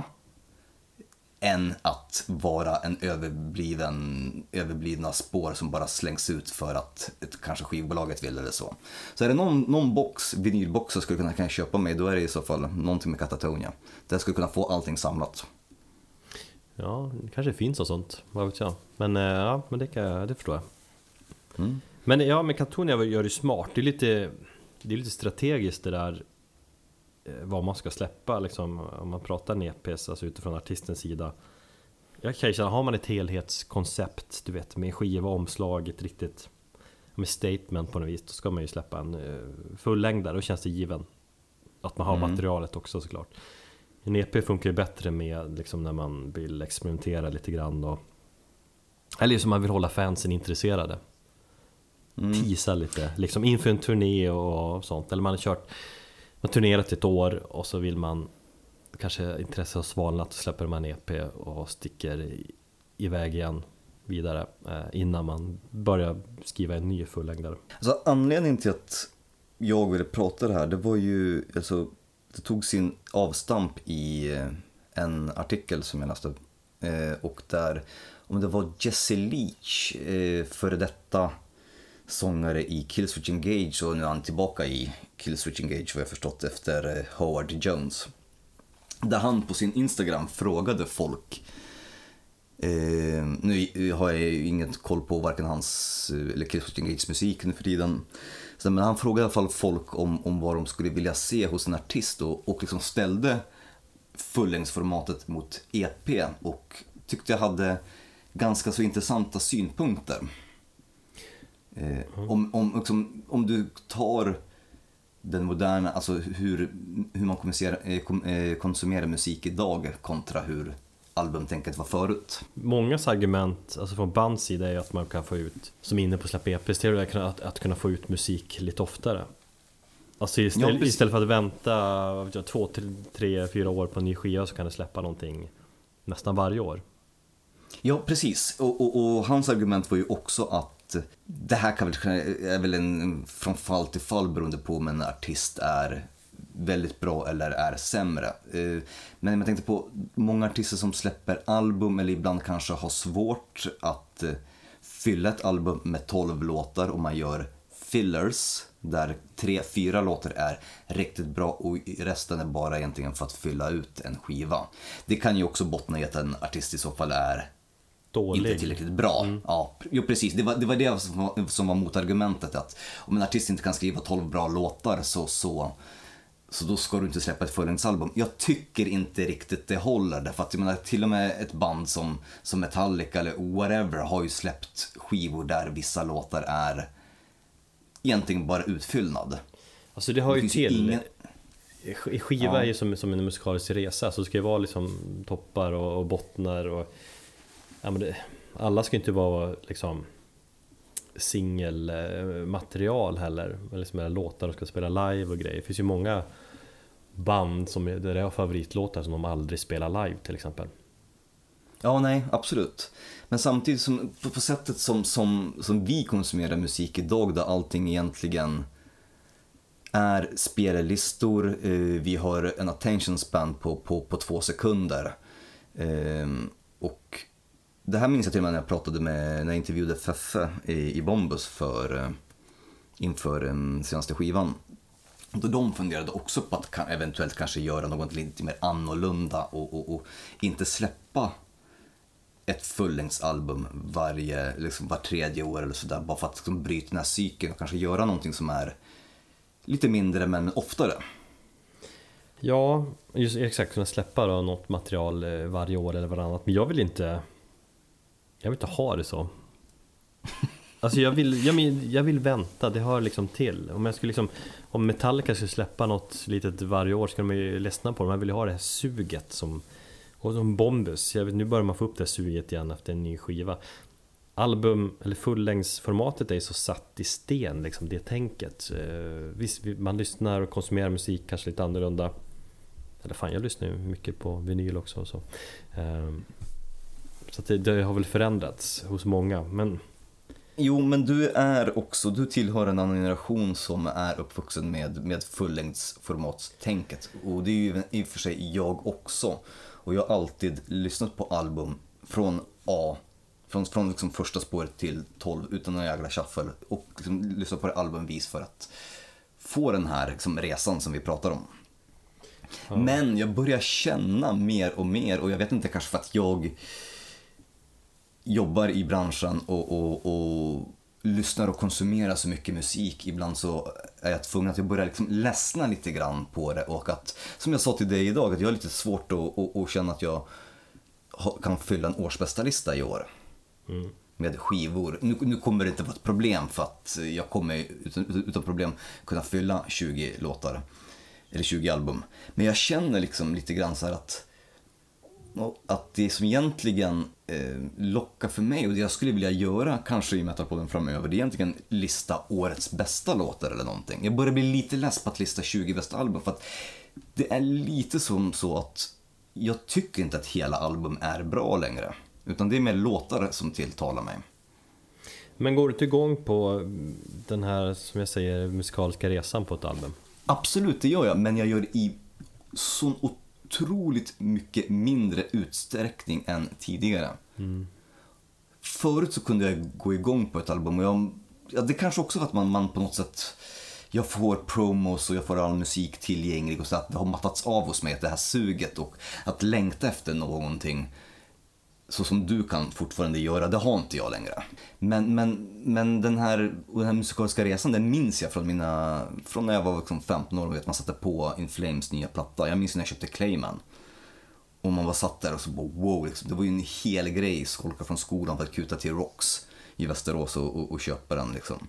än att vara en överblivna spår som bara slängs ut för att kanske skivbolaget vill eller så. Så är det någon vinylbox jag skulle kunna köpa mig, då är det i så fall någonting med Katatonia. Där skulle kunna få allting samlat. Ja, det kanske finns och sånt, vad vet jag. Men ja, men det förstår jag. Men ja, med Katatonia gör det smart. Det är lite strategiskt det där, vad man ska släppa liksom, om man pratar EPs, alltså utifrån artistens sida. Jag kan känna, har man ett helhetskoncept, du vet, med skiva, omslag, ett riktigt med statement på något vis, då ska man ju släppa en fullängdare, och känns det given att man har materialet också, såklart. En EP funkar ju bättre med liksom, när man vill experimentera lite grann eller som man vill hålla fansen intresserade. Teasa lite liksom inför en turné och sånt, eller man har turnerat ett år och så vill man kanske intresset har svalnat, och släpper man en EP och sticker iväg igen vidare innan man börjar skriva en ny fullängdare. Alltså, anledningen till att jag ville prata det här, det var ju, alltså, det tog sin avstamp i en artikel som jag läste, och där, om det var Jesse Leach, före detta sångare i Killswitch Engage, och nu är han tillbaka i Killswitch Engage vad jag förstått efter Howard Jones, där han på sin Instagram frågade folk, nu har jag ju inget koll på varken hans eller Killswitch Engage musik nu för tiden, men han frågade i alla fall folk om vad de skulle vilja se hos en artist, och liksom ställde fullängdsformatet mot EP, och tyckte jag hade ganska så intressanta synpunkter. Om du tar den moderna, alltså hur man konsumerar musik idag kontra hur albumtänket var förut. Mångas argument, alltså från bands sida, är att man kan få ut, som inne på släpp EPs, det är att kunna få ut musik lite oftare. Alltså istället för att vänta 2, 3, 4 år på en ny skiva, så kan det släppa någonting nästan varje år. Ja, precis. Och hans argument var ju också att det här är väl en från fall till fall beroende på om en artist är väldigt bra eller är sämre. Men jag tänkte på många artister som släpper album, eller ibland kanske har svårt att fylla ett album med 12 låtar, och man gör fillers där 3-4 låtar är riktigt bra och resten är bara egentligen för att fylla ut en skiva. Det kan ju också bottna i att en artist i så fall är dålig, inte tillräckligt bra. Ja, jo, precis. Det var det som var motargumentet, att om en artist inte kan skriva 12 bra låtar så då ska du inte släppa ett fullängdsalbum. Jag tycker inte riktigt det håller, därför att jag menar, till och med ett band som Metallica eller whatever har ju släppt skivor där vissa låtar är egentligen bara utfyllnad. Alltså det har ju till skiva är ju som en musikalisk resa, så det ska ju vara liksom toppar och bottnar, och ja, men alla ska inte vara liksom singelmaterial heller, eller som är låtar de ska spela live och grejer. Det finns ju många band som där har favoritlåtar som de aldrig spelar live, till exempel. Ja, nej, absolut. Men samtidigt som på sättet som vi konsumerar musik idag, där allting egentligen är spellistor, vi har en attention span på 2 sekunder, och det här minns jag till och med när jag pratade när jag intervjuade Feffe i Bombus inför senaste skivan. Då de funderade också på att eventuellt kanske göra något lite mer annorlunda och inte släppa ett fullängdsalbum var tredje år eller sådär, bara för att liksom bryta den här cykeln och kanske göra någonting som är lite mindre men oftare. Ja, just exakt, kunna släppa då något material varje år eller varannat. Men jag vill inte ha det så. Alltså jag vill vänta, det hör liksom till. Om jag skulle liksom, om Metallica skulle släppa något litet varje år, ska de ju ledsna på det. Man vill ju ha det här suget som, och som Bombus. Jag vet, nu börjar man få upp det här suget igen efter en ny skiva. Album eller fullängdsformatet är så satt i sten liksom, det tänket. Visst, man lyssnar och konsumerar musik kanske lite annorlunda. Eller fan, jag lyssnar ju mycket på vinyl också och så. Så att det har väl förändrats hos många, men... Jo, men du tillhör en annan generation som är uppvuxen med fullängdsformatstänket. Och det är ju i och för sig jag också. Och jag har alltid lyssnat på album från från liksom första spåret till 12 utan någon jävla shuffle. Och liksom lyssnat på det albumvis för att få den här liksom resan som vi pratar om. Ja. Men jag börjar känna mer och mer, och jag vet inte, kanske för att jag jobbar i branschen och lyssnar och konsumerar så mycket musik. Ibland så är jag tvungen att jag börjar liksom ledsna lite grann på det, och att, som jag sa till dig idag, att jag har lite svårt att känna att jag kan fylla en årsbästa lista i år. Med skivor. Nu kommer det inte vara ett problem, för att jag kommer utan problem kunna fylla 20 låtar eller 20 album. Men jag känner liksom lite grann så här att det som egentligen lockar för mig, och det jag skulle vilja göra kanske i Metalpodden framöver, det är egentligen lista årets bästa låtar eller någonting. Jag börjar bli lite less på att lista 20 bästa album, för att det är lite som så att jag tycker inte att hela album är bra längre, utan det är mer låtar som tilltalar mig. Men går du igång på den här, som jag säger, musikaliska resan på ett album? Absolut, det gör jag, men jag gör det i sån otroligt mycket mindre utsträckning än tidigare. Förut så kunde jag gå igång på ett album, och det kanske också för att man på något sätt, jag får promos och jag får all musik tillgänglig, och så att det har mattats av hos mig, det här suget och att längta efter någonting så som du kan fortfarande göra, det har inte jag längre. Men den här musikaliska resan, den minns jag från när jag var liksom 15 år, och vet, man satte på In Flames nya platta. Jag minns när jag köpte Clayman. Och man var satt där och så bara wow, liksom, det var ju en hel grej, skolka från skolan för att kuta till Rocks i Västerås och köpa den liksom.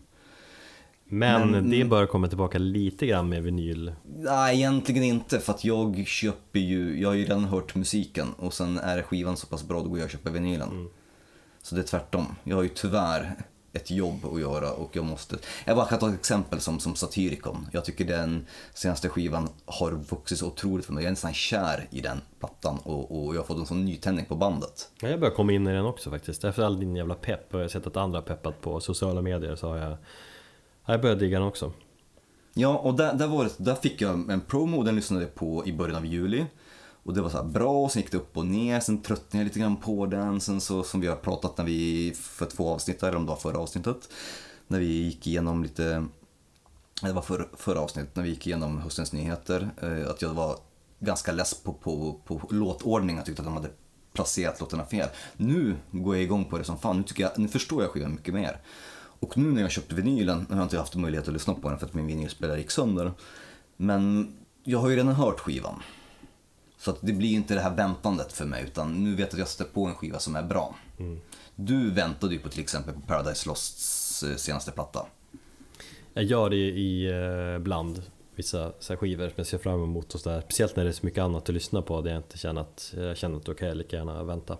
Men det bör komma tillbaka lite grann med vinyl. Nej, egentligen inte, för att jag har ju redan hört musiken, och sen är skivan så pass bra, då går jag och köper vinylen. Så det är tvärtom. Jag har ju tyvärr ett jobb att göra, och jag bara kan ta ett exempel som Satyricon. Jag tycker den senaste skivan har vuxit så otroligt för mig. Jag är nästan kär i den plattan, och jag har fått en sån nytändning på bandet. Ja, jag börjar komma in i den också faktiskt. Efter all din jävla pepp, och jag har sett att andra peppat på sociala medier, så har jag började digga den också. Ja, och där fick jag en promo, den lyssnade jag på i början av juli. Och det var så här bra, och sen gick det upp och ner, sen tröttnade jag lite grann på den. Sen så, som vi har pratat när vi, för 2 avsnitt, eller om det var förra avsnittet, när vi gick igenom lite, det var förra avsnittet, när vi gick igenom höstens nyheter, att jag var ganska less på låtordning. Jag tyckte att de hade placerat låtarna fel. Nu går jag igång på det som fan, nu förstår jag skivan mycket mer. Och nu när jag köpte vinylen, har jag inte haft möjlighet att lyssna på den för att min vinylspelare gick sönder. Men jag har ju redan hört skivan. Så att det blir inte det här väntandet för mig, utan nu vet jag att jag sätter på en skiva som är bra. Du väntade ju på till exempel på Paradise Losts senaste platta. Jag gör det ibland, vissa så här skivor som jag ser fram emot och så där. Speciellt när det är så mycket annat att lyssna på, det jag inte känner att då kan jag lika gärna vänta.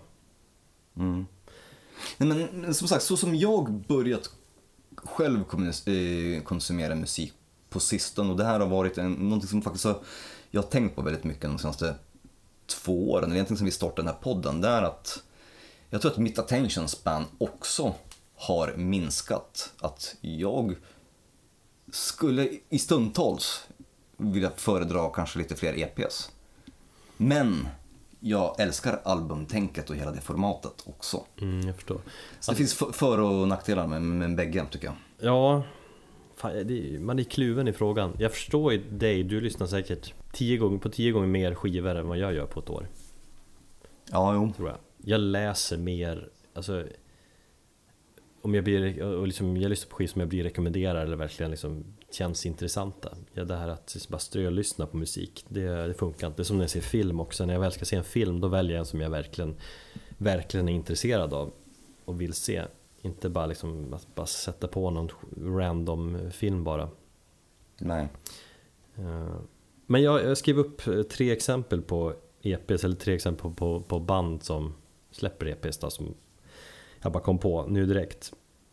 Nej, men som sagt, så som jag börjat själv konsumera musik på sistone, och det här har varit någonting som faktiskt jag har tänkt på väldigt mycket de senaste 2 åren, eller egentligen som vi startade den här podden, det är att jag tror att mitt attention span också har minskat. Att jag skulle i stundtals vilja föredra kanske lite fler EPs. Men jag älskar albumtänket och hela det formatet också. Jag förstår. Så det finns för- och nackdelar med bägge, tycker jag. Ja, fan, man är kluven i frågan. Jag förstår ju dig, du lyssnar säkert 10 gånger mer skivor än vad jag gör på ett år. Ja, jo. Tror jag läser mer, alltså, om jag lyssnar på skivor som jag blir rekommenderad eller verkligen liksom känns intressanta. Det här att bara strölyssna på musik, det funkar inte. Det är som när jag ser film också. När jag väl ska se en film, då väljer jag en som jag verkligen är intresserad av och vill se. Inte bara liksom att bara sätta på någon random film bara. Nej. Men jag skrev upp 3 exempel på EPs, eller 3 exempel på band som släpper EPs då, som jag bara kom på nu direkt.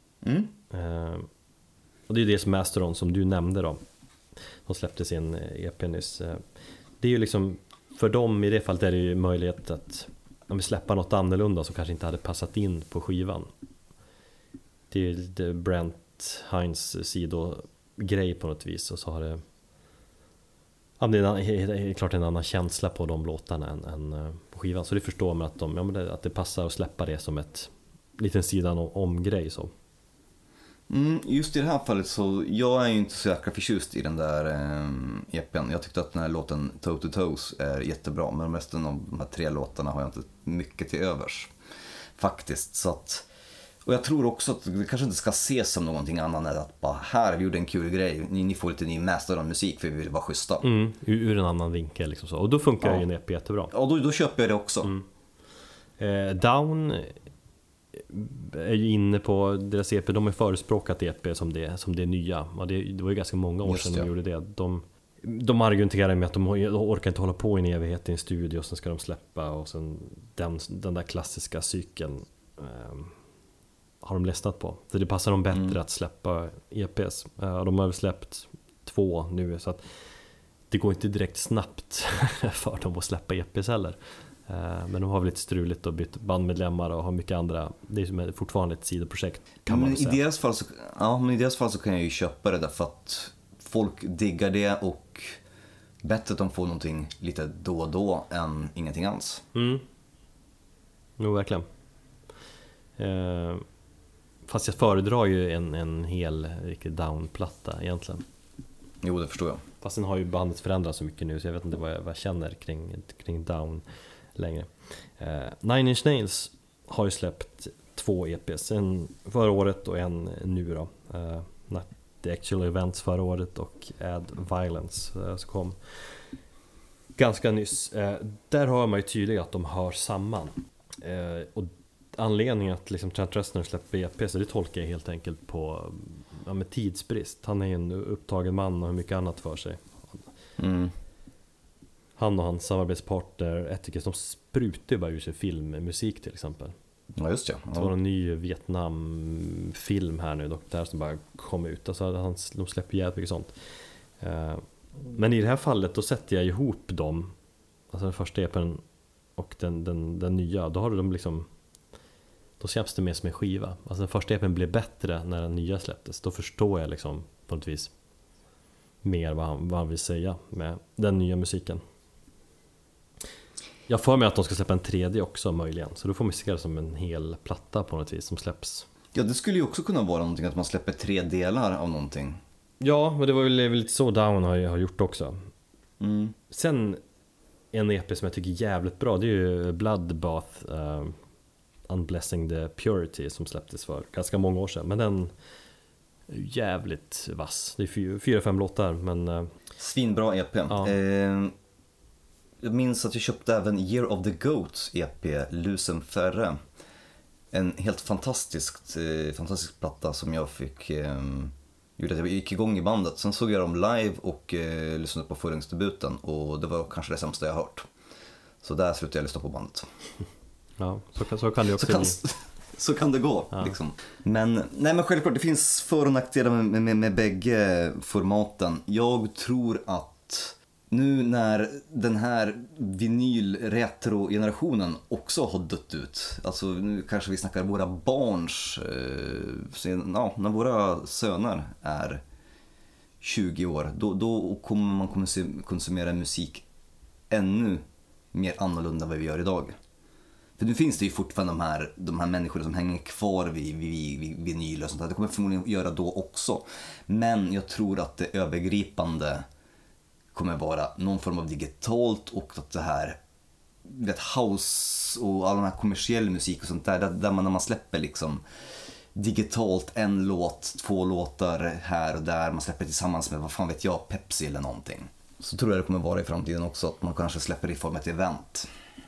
Och det är dels Mastodon som du nämnde då. De släppte sin EP nyss. Det är ju liksom, för dem i det fallet är det ju möjlighet att om vi släpper något annorlunda som kanske inte hade passat in på skivan. Det är ju lite Brent Hines sidogrej på något vis, och så har det, ja, det är klart en annan känsla på de låtarna än på skivan, så det förstår man att det passar att släppa det som ett liten sidan om grej så. Just i det här fallet så, jag är ju inte så jäkla förtjust i den där EPn. Jag tyckte att den här låten Toe to Toes är jättebra, men resten av de här 3 låtarna har jag inte mycket till övers faktiskt. Så att, och jag tror också att det kanske inte ska ses som någonting annat än att bara, här, vi gjorde en kul grej, ni får lite ny Mastodon-musik för vi vill vara schyssta. Ur en annan vinkel liksom så. Och då funkar ju en EP jättebra. Ja, då köper jag det också. Down är ju inne på deras EP. De har förespråkat EP som det nya. Ja, det var ju ganska många år sedan de gjorde det. De argumenterar med att de orkar inte hålla på i en evighet i en studio, och sen ska de släppa, och sen den där klassiska cykeln har de ledsnat på. Så det passar dem bättre att släppa EPs. De har väl släppt 2 nu, så att det går inte direkt snabbt för dem att släppa EPs heller. Men de har väl lite struligt och bytt bandmedlemmar och har mycket andra. Det är fortfarande ett sidoprojekt, kan man säga. I deras fall så kan jag ju köpa det därför att folk diggar det, och bättre att de får någonting lite då och då än ingenting alls. Jo, verkligen. Fast jag föredrar ju en hel riktig Down-platta egentligen. Jo, det förstår jag. Fast sen har ju bandet förändrats så mycket nu, så jag vet inte vad jag känner kring Down längre. Nine Inch Nails har ju släppt 2 EPs, en förra året och en nu då. Not the Actual Events förra året och Add Violence som kom ganska nyss. Där har man ju tydligt att de hör samman. Och anledningen att liksom Trent Reznor släpper EPs, så det tolkar jag helt enkelt på med tidsbrist. Han är en upptagen man och har mycket annat för sig. Han och hans samarbetspartner Atticus, de sprutar bara ur sig filmmusik till exempel. Ja, just det. Det var en ny Vietnamfilm här nu, där som bara kom ut. Alltså, de släpper jävligt mycket sånt. Men i det här fallet, då sätter jag ihop dem, alltså den första EPen och den nya. Då har de liksom, då känns det mer som en skiva. Alltså den första EPen blev bättre när den nya släpptes. Då förstår jag liksom på något vis mer vad han vill säga med den nya musiken. Jag får mig att de ska släppa en 3D också möjligen, så då får man se det som en hel platta på något vis som släpps. Ja, det skulle ju också kunna vara någonting att man släpper 3 delar av någonting. Ja, men det var väl lite så Down har gjort också. Sen en EP som jag tycker är jävligt bra, det är ju Bloodbath Unblessing the Purity, som släpptes för ganska många år sedan. Men den är jävligt vass. Det är 4-5 låtar, men svinbra EP. Ja. Jag minns att jag köpte även Year of the Goat EP, Lusem Ferre. En helt fantastisk platta som jag fick gjorde att jag gick igång i bandet. Sen såg jag dem live och lyssnade på förringsdebuten, och det var kanske det sämsta jag hört. Så där slutade jag lyssna på bandet. Ja, så kan det också så kan det gå, ja. Liksom. Men självklart, det finns för- och nackdelar med bägge formaten. Jag tror att nu när den här vinyl-retro-generationen också har dött ut, alltså nu kanske vi snackar våra barns, när våra söner är 20 år, då kommer man konsumera musik ännu mer annorlunda än vad vi gör idag. För nu finns det ju fortfarande de här människorna som hänger kvar vid vinyl och sånt där. Det kommer förmodligen göra då också. Men jag tror att det övergripande kommer vara någon form av digitalt, och att det här house och all den här kommersiell musik och sånt där man, när man släpper liksom digitalt en låt, 2 låtar här och där, man släpper tillsammans med, vad fan vet jag, Pepsi eller någonting. Så tror jag det kommer vara i framtiden också, att man kanske släpper i form av ett event.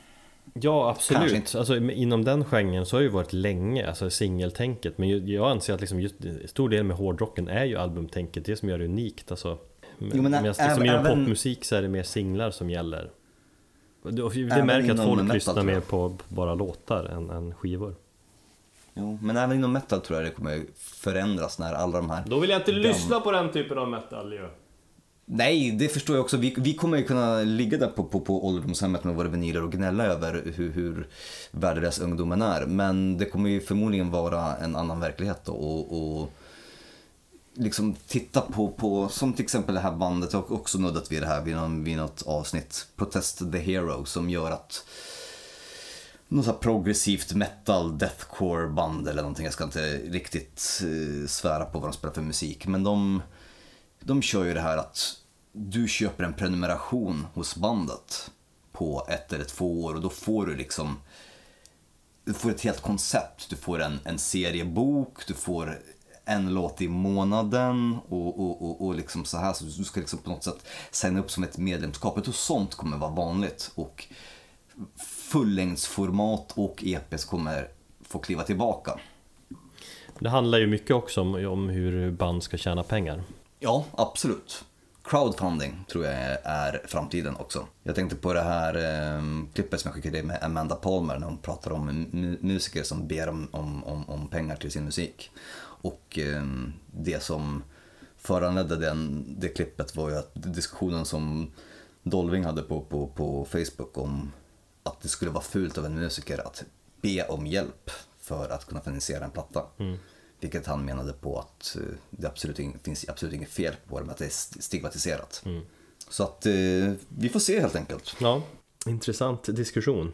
Ja, absolut. Alltså, inom den genren så har det ju varit länge, alltså singeltänket. Men jag anser att liksom just stor del med hårdrocken är ju albumtänket, det som gör det unikt. Alltså, inom popmusik så är det mer singlar som gäller. Det märker att folk lyssnar mer på bara låtar än skivor. Jo, men även inom metal tror jag det kommer förändras när alla de här... Då vill jag inte lyssna på den typen av metal ju. Nej, det förstår jag också. Vi kommer ju kunna ligga där på ålderdomshemmet med våra vinyler och gnälla över hur värdelös ungdomen är. Men det kommer ju förmodligen vara en annan verklighet då, och liksom titta på som till exempel det här bandet, och också nuddat vid det här vid något avsnitt, Protest the Hero, som gör att något så här progressivt metal deathcore band eller någonting, jag ska inte riktigt svära på vad de spelar för musik, men de kör ju det här att du köper en prenumeration hos bandet på 1 eller 2 år, och då får du liksom, du får ett helt koncept, du får en seriebok, du får en låt i månaden och liksom så här, så du ska liksom på något sätt signa upp som ett medlemskap, och sånt kommer vara vanligt, och fullängdsformat och EPs kommer få kliva tillbaka. Det handlar ju mycket också om hur band ska tjäna pengar. Ja, absolut. Crowdfunding tror jag är framtiden också. Jag tänkte på det här klippet som jag skickade med Amanda Palmer när hon pratar om musiker som ber om pengar till sin musik. Och det som föranledde det klippet var ju att diskussionen som Dolving hade på Facebook om att det skulle vara fult av en musiker att be om hjälp för att kunna finansiera en platta. Vilket han menade på att det finns absolut inget fel på det, men att det är stigmatiserat. Så att vi får se helt enkelt. Ja, intressant diskussion.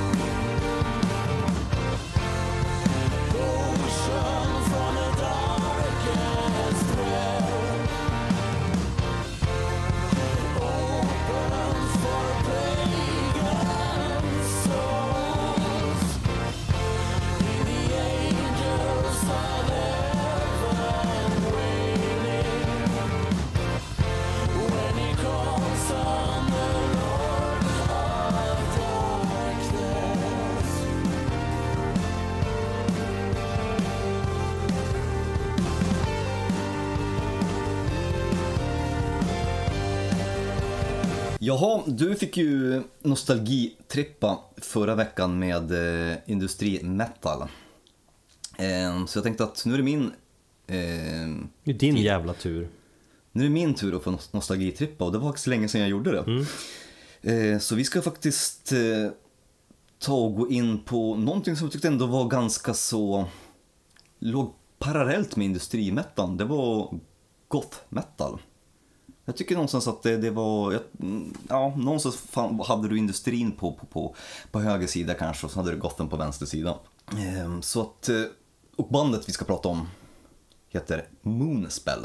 Jaha, du fick ju nostalgitrippa förra veckan med industrimetal. Så jag tänkte att nu är det min... Det är din jävla tur. Nu är det min tur att få nostalgitrippa, och det var så länge sedan jag gjorde det. Så vi ska faktiskt ta och gå in på någonting som jag tyckte ändå var ganska så... låg parallellt med industrimetal. Det var goth metal. Jag tycker någonstans att det var... Ja, någonstans hade du industrin på höger sida kanske, och så hade du gothen på vänster sida. Så att... Och bandet vi ska prata om heter Moonspell.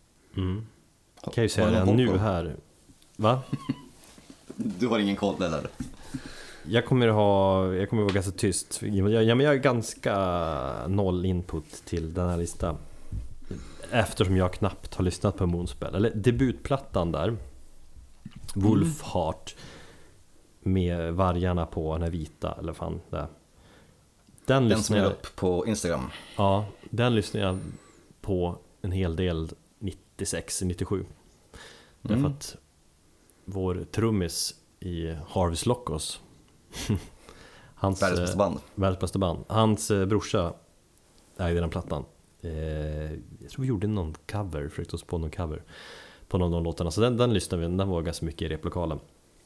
Kan jag ju säga det nu här. Va? Du har ingen koll eller? Jag kommer vara ganska tyst. Men jag är ganska noll input till den här listan. Eftersom jag knappt har lyssnat på Moonspell. Eller debutplattan där, Wolfheart, med vargarna på den här vita, eller fan det. Den som är upp på Instagram. Ja, den lyssnade jag på en hel del 96-97. Därför att vår trummis i Harvest Locos, hans världens bästa band, hans brorsa ägde den plattan. Jag tror vi gjorde någon cover, försökte oss på någon cover på någon av låtarna, så den lyssnade vi, den var ganska mycket i replokalen.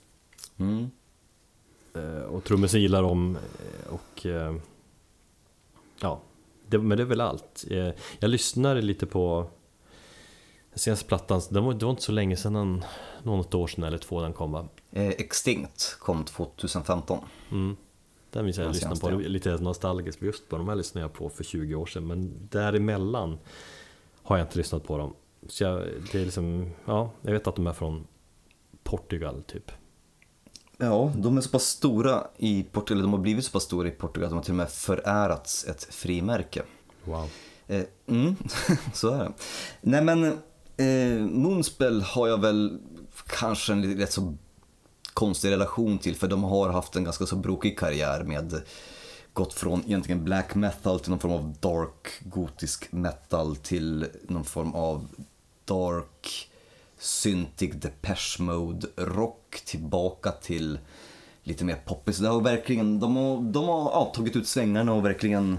Och trummisen gillar dem, och ja, men det är väl allt. Jag lyssnade lite på den senaste plattan, det var inte så länge sedan, något år sedan eller 2 den kom, va? Extinct kom 2015. Den vill jag lyssna på, lite nostalgiskt, just på de här lyssnade jag på för 20 år sedan, men däremellan har jag inte lyssnat på dem. Så det är liksom, ja, jag vet att de är från Portugal typ. Ja, de är så pass stora i Portugal, de har blivit så pass stora i Portugal att de har till och med förärats ett frimärke. Wow. Så är det. Nej men Moonspell har jag väl kanske en rätt så konstig relation till, för de har haft en ganska så brokig karriär med gått från egentligen black metal till någon form av dark gotisk metal till någon form av dark syntig Depeche Mode rock tillbaka till lite mer poppis. Det har verkligen, de har tagit ut svängarna och verkligen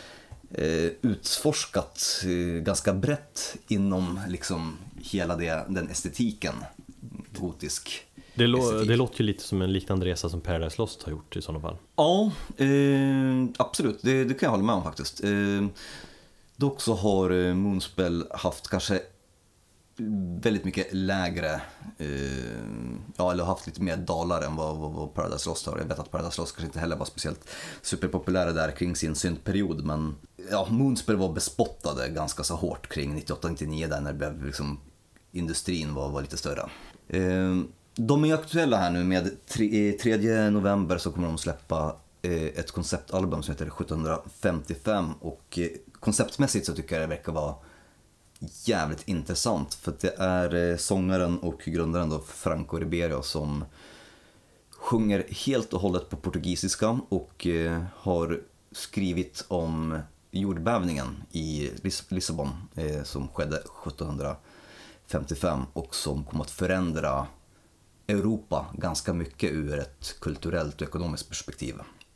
utforskat ganska brett inom liksom hela den estetiken, gotisk estetik. Det låter ju lite som en liknande resa som Paradise Lost har gjort i sådana fall. Ja, absolut, det kan jag hålla med om faktiskt. Dock så har Moonspell haft kanske väldigt mycket lägre, eller haft lite mer dalar än vad Paradise Lost har. Jag vet att Paradise Lost kanske inte heller var speciellt superpopulära där kring sin syntperiod, men ja, Moonspell var bespottade ganska så hårt kring 98-99 där när det blev liksom, industrin var lite större. De är aktuella här nu med 3 november så kommer de släppa ett konceptalbum som heter 1755 och konceptmässigt så tycker jag det verkar vara jävligt intressant för att det är sångaren och grundaren då Franco Ribeiro som sjunger helt och hållet på portugisiska och har skrivit om jordbävningen i Lissabon som skedde 1755 och som kom att förändra Europa ganska mycket ur ett kulturellt och ekonomiskt perspektiv.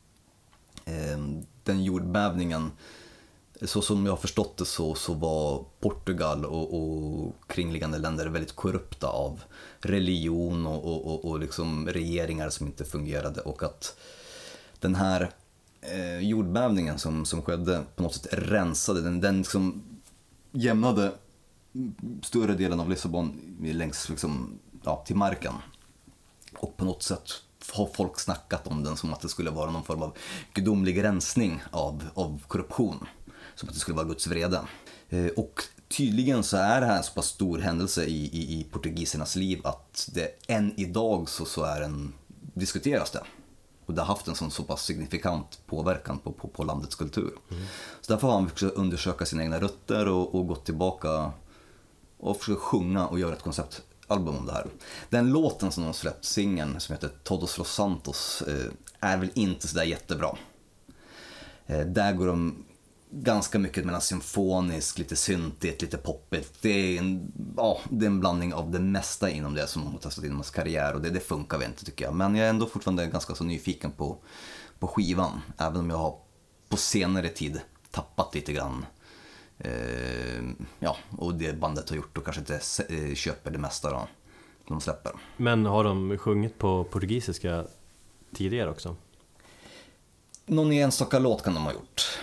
Den jordbävningen, så som jag har förstått det så var Portugal och kringliggande länder väldigt korrupta av religion och liksom regeringar som inte fungerade och att den här jordbävningen som skedde på något sätt rensade, den liksom jämnade större delen av Lissabon längs liksom, till marken. Och på något sätt har folk snackat om den som att det skulle vara någon form av gudomlig rensning av korruption. Som att det skulle vara Guds vrede. Och tydligen så är det här en så pass stor händelse i portugisernas liv att det än idag så är diskuteras det. Och det har haft en så pass signifikant påverkan på landets kultur. Så därför har han försökt undersöka sina egna rötter och gått tillbaka och försökt sjunga och göra ett konceptalbum om det här. Den låten som de släppt, singeln som heter Todos los Santos, är väl inte så där jättebra. Där går de ganska mycket mellan symfonisk, lite syntigt, lite poppigt. Det är en blandning av det mesta inom det som de har testat inom hans karriär och det funkar väl inte tycker jag. Men jag är ändå fortfarande ganska så nyfiken på skivan, även om jag har på senare tid tappat lite grann och det bandet har gjort och kanske inte köper det mesta då de släpper. Men har de sjungit på portugisiska tidigare också? Någon enstaka låt kan de ha gjort.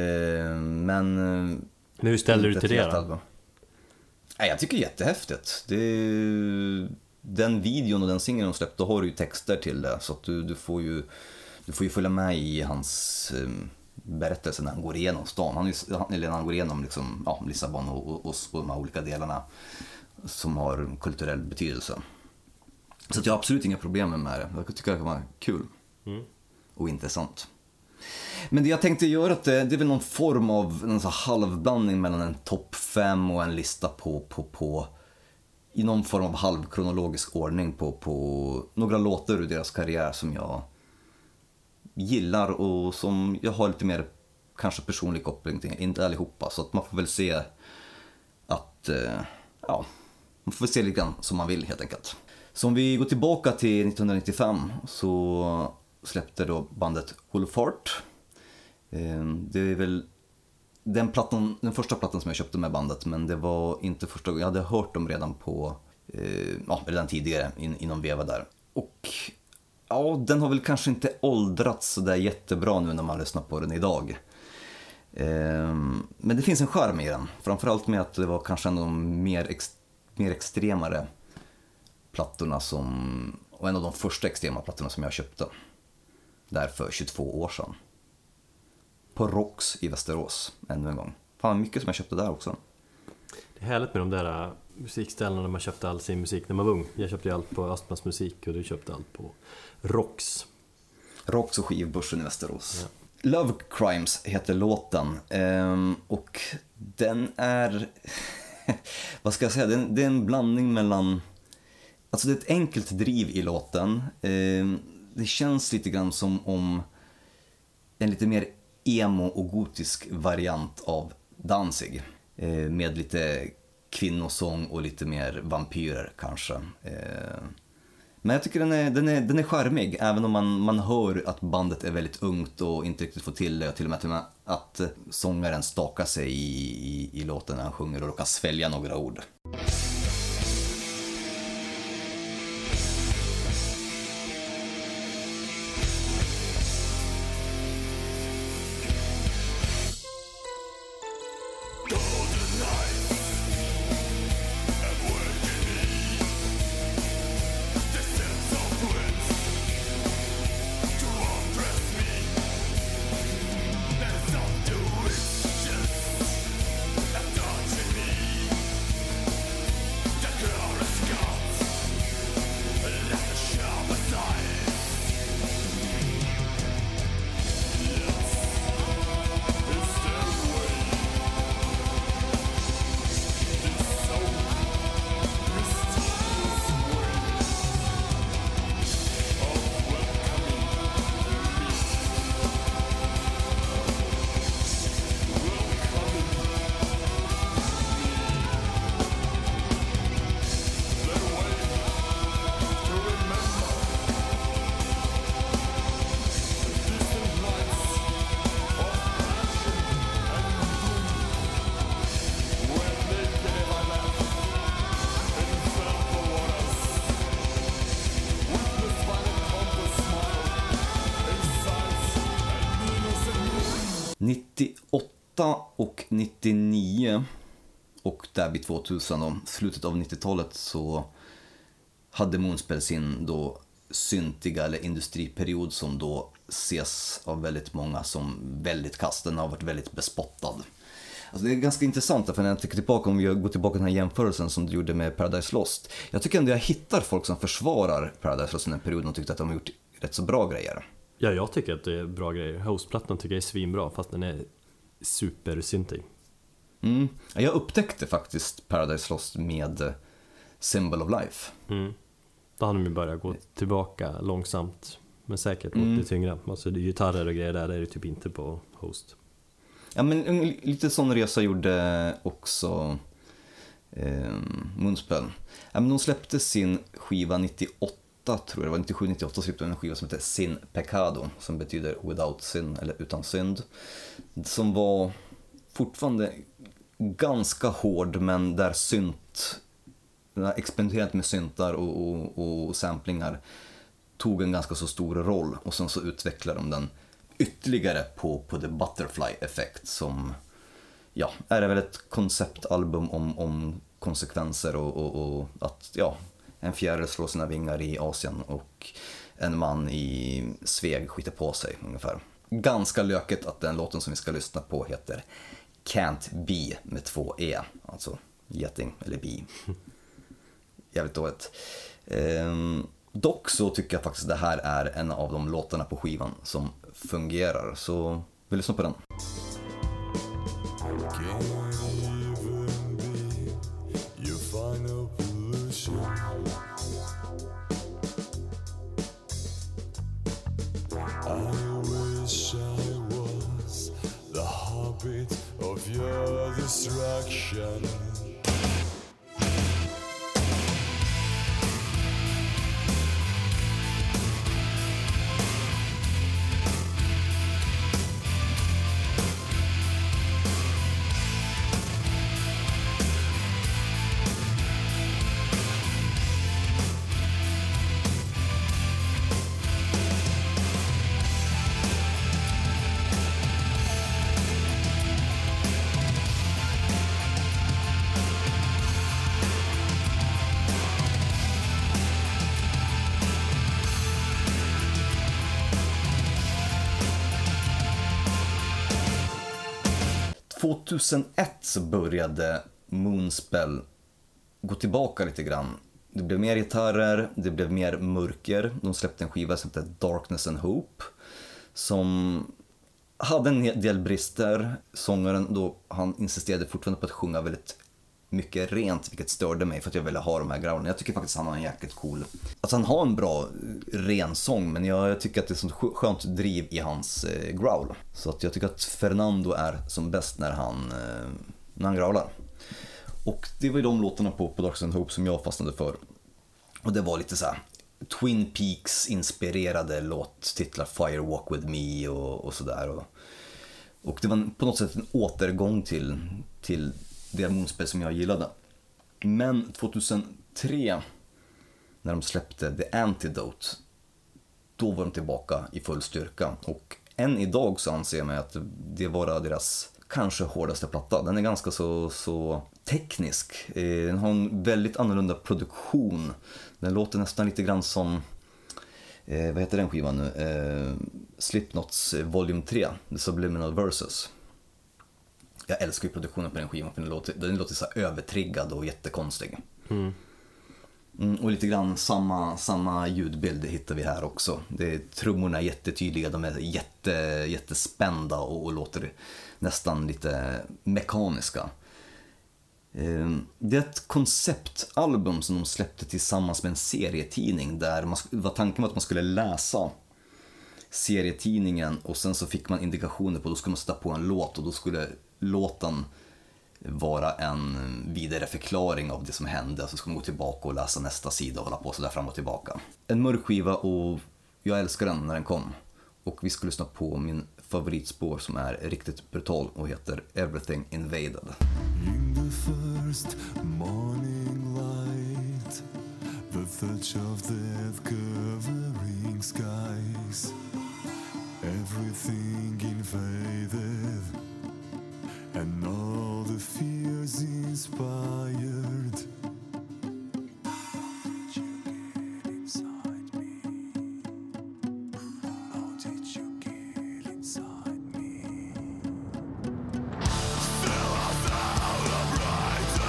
Men hur ställer du till det då? Jag tycker det är jättehäftigt. Den videon och den singeln de släppte, då har du ju texter till det. Så att du får ju följa med i hans berättelse när han går igenom stan. Han går igenom liksom, Lissabon och de här olika delarna som har kulturell betydelse. Så att jag har absolut inga problem med det. Jag tycker det kan vara kul och intressant. Men det jag tänkte göra det är väl någon form av en så halvblandning mellan en topp 5 och en lista på i någon form av halvkronologisk ordning på några låtar ur deras karriär som jag gillar och som jag har lite mer kanske personlig koppling till, inte allihopa, så att man får väl se att man får väl se lite grann som man vill helt enkelt. Så om vi går tillbaka till 1995 så släppte då bandet Wolfheart. Det är väl den första plattan som jag köpte med bandet, men det var inte första gången. Jag hade hört dem redan redan tidigare inom veva där. Och den har väl kanske inte åldrats så där jättebra nu när man lyssnar på den idag. Men det finns en charm i den, framförallt med att det var kanske en av de mer extremare plattorna och en av de första extrema plattorna som jag köpte där för 22 år sedan. På Rox i Västerås, ännu en gång. Fan, mycket som jag köpte där också. Det är härligt med de där musikställena när man köpte all sin musik när man var ung. Jag köpte ju allt på Astmas musik och du köpte allt på Rox. Rox och skivbörsen i Västerås. Ja. Love Crimes heter låten. Och den är... vad ska jag säga? Det är en blandning mellan Alltså det är ett enkelt driv i låten. Det känns lite grann som om en lite mer emo och gotisk variant av Danzig. Med lite kvinnosång och lite mer vampyrer kanske. Men jag tycker den är charmig, även om man hör att bandet är väldigt ungt och inte riktigt får till det. Och till och med att sångaren stakar sig i låten när han sjunger och råkar svälja några ord. Och 99 och där vid 2000 då, slutet av 90-talet, så hade Moonspell sin då syntiga eller industriperiod som då ses av väldigt många som väldigt kass. Den har varit väldigt bespottad. Alltså det är ganska intressant, för när jag tänker tillbaka, om vi går tillbaka till den här jämförelsen som du gjorde med Paradise Lost. Jag tycker ändå jag hittar folk som försvarar Paradise Lost i den perioden och tyckte att de har gjort rätt så bra grejer. Ja, jag tycker att det är bra grejer. Hostplattan tycker jag är svinbra, fast den är supersyntig. Jag upptäckte faktiskt Paradise Lost med Symbol of Life. Då hade de ju börjat gå tillbaka långsamt, men säkert mot det tyngre. Alltså det är gitarrer och grejer där, det är det typ inte på Host. Ja, men lite sån resa gjorde också Moonspell. Ja, men de släppte sin skiva 98, tror jag det var, 97-98, släppte en skiva som heter Sin Pecado, som betyder without sin, eller utan synd, som var fortfarande ganska hård, men där experimenterat med syntar och samplingar tog en ganska så stor roll, och sen så utvecklade de den ytterligare på The Butterfly Effect, som är väl ett konceptalbum om konsekvenser och att en fjäril slår sina vingar i Asien och en man i Sveg skiter på sig ungefär. Ganska löket att den låten som vi ska lyssna på heter Can't Be med 2 E, alltså geting eller bi. Jävligt dåligt. Dock så tycker jag faktiskt det här är en av de låtarna på skivan som fungerar, så vi lyssnar på den. Of your distraction. År 2001 så började Moonspell gå tillbaka lite grann. Det blev mer gitarrer, det blev mer mörker. De släppte en skiva som heter Darkness and Hope, som hade en del brister. Sångaren då, han insisterade fortfarande på att sjunga väldigt mycket rent, vilket störde mig för att jag ville ha de här growlen. Jag tycker faktiskt han har en jäkligt cool... Alltså han har en bra ren sång, men jag tycker att det är sånt skönt driv i hans growl. Så att jag tycker att Fernando är som bäst när han growlar. Och det var ju de låtarna på Darkness and Hope som jag fastnade för. Och det var lite så här Twin Peaks inspirerade låttitlar, Fire Walk With Me och sådär. Och det var på något sätt en återgång till det Moonspell som jag gillade. Men 2003, när de släppte The Antidote, då var de tillbaka i full styrka. Och än idag så anser jag mig att det var deras kanske hårdaste platta. Den är ganska så teknisk. Den har en väldigt annorlunda produktion. Den låter nästan lite grann som... vad heter den skivan nu? Slipknots Volume 3, The Subliminal Verses. Jag älskar ju produktionen på den skivan, för den låter så övertriggad och jättekonstig. Och lite grann samma ljudbild hittar vi här också. Trummorna är jättetydliga, de är jättespända och låter nästan lite mekaniska. Det är ett konceptalbum som de släppte tillsammans med en serietidning, där tanken var att man skulle läsa serietidningen och sen så fick man indikationer på, då skulle man sätta på en låt och då skulle låten vara en vidare förklaring av det som hände. Så skulle man gå tillbaka och läsa nästa sida och hålla på så där fram och tillbaka. En mörk skiva, och jag älskar den när den kom. Och vi skulle lyssna på min favoritspår som är riktigt brutal och heter Everything Invaded. In the first morning light, the touch of death covering skies, everything invaded, and all the fears inspired. Did you get inside me? How did you get inside me? Still I celebrated.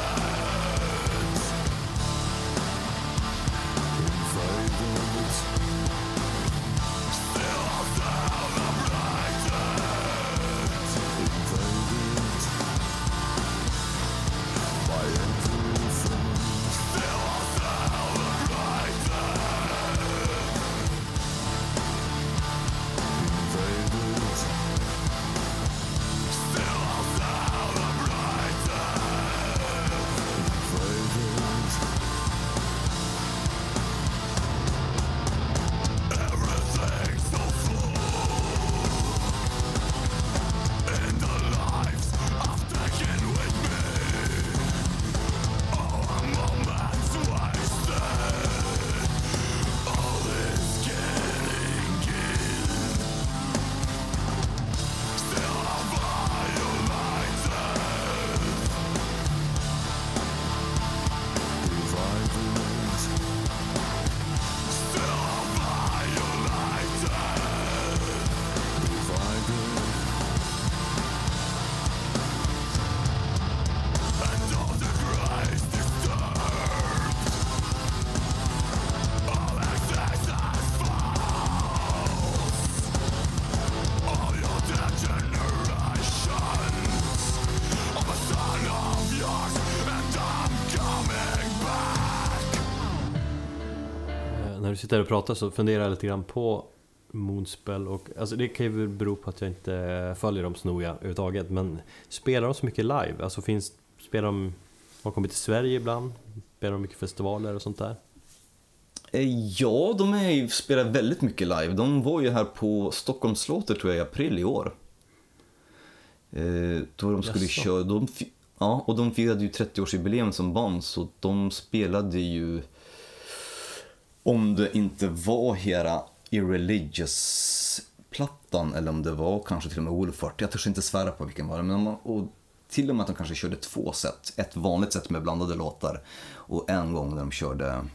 Invaded. Still I celebrated. Invaded. By everything. Still I celebrated. Invaded. Still I celebrated. Invaded. Everything's so full in the lives I've taken with me. All our moments wasted. All is getting killed. Still I'm violated. Revived. Still I'm violated. Revived. And all the grace disturbed. All access is false. All your degenerations. I'm a son of yours, and I'm coming back. När du sitter här och pratar så funderar jag lite grann på Moonspell, och alltså det kan ju bero på att jag inte följer dem så noga överhuvudtaget, men spelar de så mycket live? Alltså spelar de, har kommit till Sverige ibland? Spelar de mycket festivaler och sånt där? Ja, spelar väldigt mycket live. De var ju här på Stockholmslåter tror jag i april i år. Då de skulle Jaså. köra... Ja, och de firade ju 30-årsjubileum som band, så de spelade ju... Om det inte var hela Irreligious-plattan, eller om det var kanske till och med Wolfart. Jag törs inte svära på vilken var det, men och till och med att de kanske körde 2 set. Ett vanligt set med blandade låtar, och en gång när de körde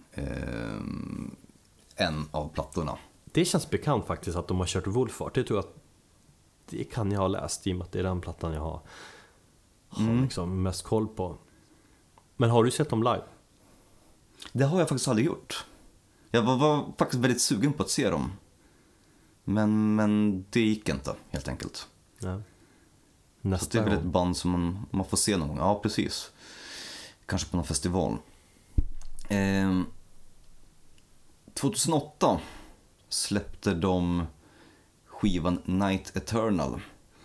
en av plattorna. Det känns bekant faktiskt att de har kört Wolfart. Det tror jag att det kan jag ha läst, i och med att det är den plattan jag har liksom mest koll på. Men har du sett dem live? Det har jag faktiskt aldrig gjort. Jag var faktiskt väldigt sugen på att se dem. Men det gick inte, helt enkelt. Ja. Så Nästa det är väl gång. ett band som man får se någon gång. Ja, precis. kanske på någon festival. 2008 släppte de skivan Night Eternal,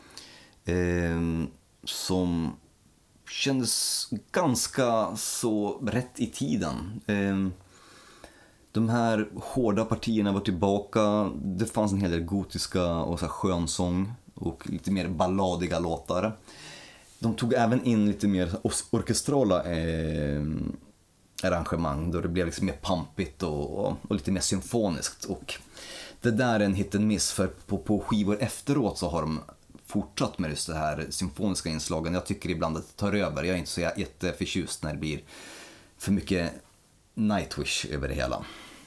som kändes ganska så rätt i tiden. De här hårda partierna var tillbaka. Det fanns en hel del gotiska och så här skönsång och lite mer balladiga låtar. De tog även in lite mer orkestrala arrangemang då det blev liksom mer pampigt och lite mer symfoniskt. Och det där är en hit and miss, för på skivor efteråt så har de fortsatt med just det här symfoniska inslagen. Jag tycker ibland att det tar över. Jag är inte så jätteförtjust när det blir för mycket Nightwish över det hela.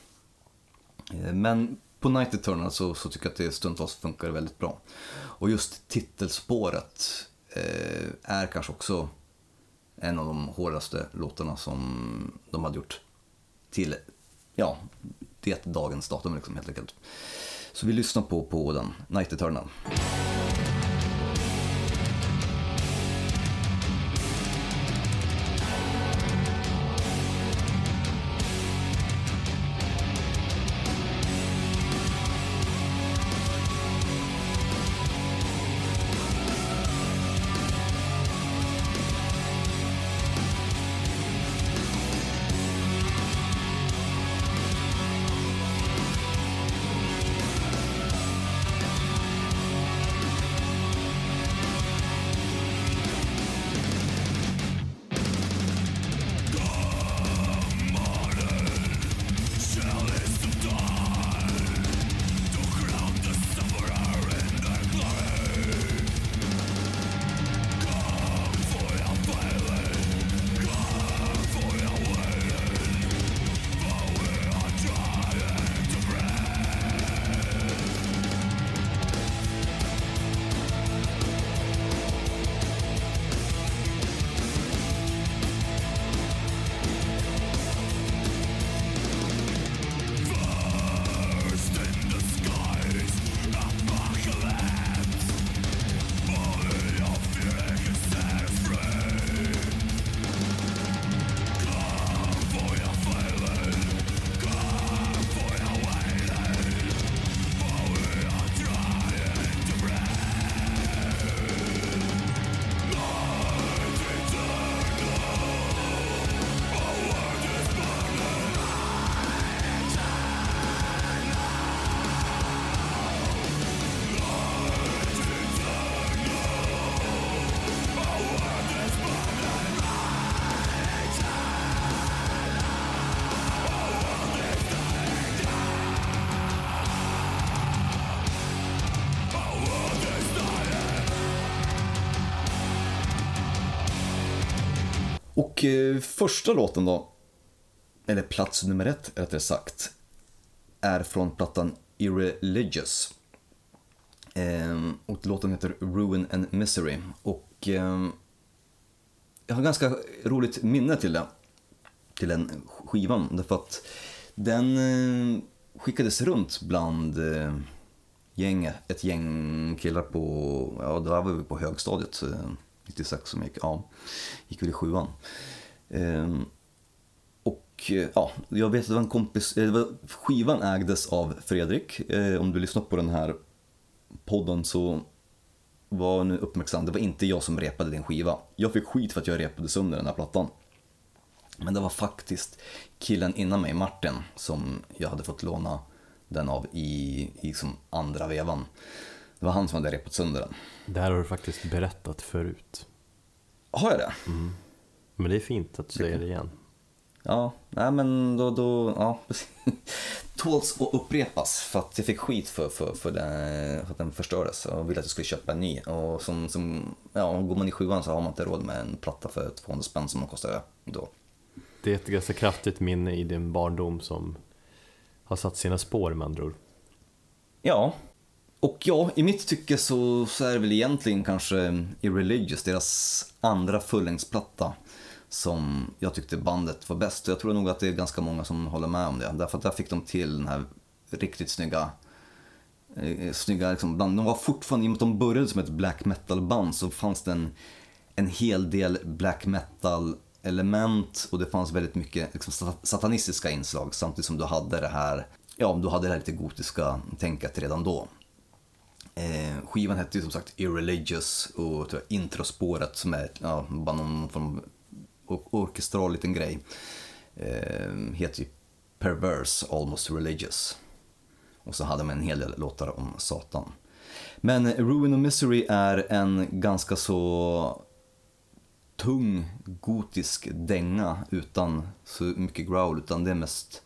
Men på Night Eternal så tycker jag att det stundtals funkar väldigt bra. Och just titelspåret är kanske också en av de hårdaste låtarna som de hade gjort till, ja, det dagens datum liksom, helt enkelt. Så vi lyssnar på den, Night Eternal. Och första låten då, eller plats nummer 1 rättare sagt, är från plattan Irreligious. Och låten heter Ruin and Misery. Och jag har ganska roligt minne till den skivan, därför att den skickades runt bland ett gäng killar på, ja, det var vi på högstadiet, 96 som gick väl i 7:an. Och ja, jag vet att det var en kompis, skivan ägdes av Fredrik. Om du lyssnar på den här podden så var nu uppmärksam, det var inte jag som repade din skiva. Jag fick skit för att jag repade sönder den här plattan. Men det var faktiskt killen innan mig, Martin, som jag hade fått låna den av i som andra vevan. Det var han som hade repat sönder den. Det här har du faktiskt berättat förut. Har jag det? Mm. Men det är fint att du säger det igen. Ja, nej men då ja, tåls att upprepas, för att jag fick skit för att den förstördes och ville att jag skulle köpa en ny. Och går man i 7:an så har man inte råd med en platta för 200 spänn som man kostar då. Det är ett ganska kraftigt minne i din barndom som har satt sina spår, med andra ord. Ja, och ja, i mitt tycke så är det väl egentligen kanske Irreligious, deras andra fullängdsplatta, som jag tyckte bandet var bäst. Jag tror nog att det är ganska många som håller med om det. Därför att där fick de till den här riktigt snygga liksom, de var fortfarande, i och med att de började som ett black metal band, så fanns det en hel del black metal element och det fanns väldigt mycket liksom, satanistiska inslag samtidigt som du hade det här, ja, du hade det här lite gotiska tänket redan då. Skivan hette ju som sagt Irreligious och tror jag, introspåret som är bara någon form av orkestral liten grej heter ju Perverse, Almost Religious. Och så hade man en hel del låtar om Satan. Men Ruin of Misery är en ganska så tung gotisk dänga utan så mycket growl, utan det är mest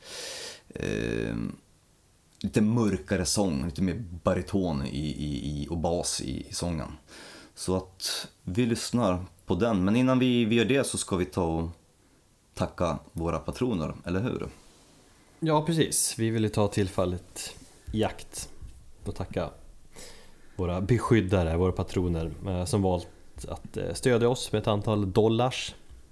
lite mörkare sång, lite mer bariton och bas i sången. Så att vi lyssnar på den, men innan vi gör det så ska vi ta och tacka våra patroner, eller hur? Ja, precis. Vi vill ta tillfället i akt och tacka våra beskyddare, våra patroner som valt att stödja oss med ett antal dollars.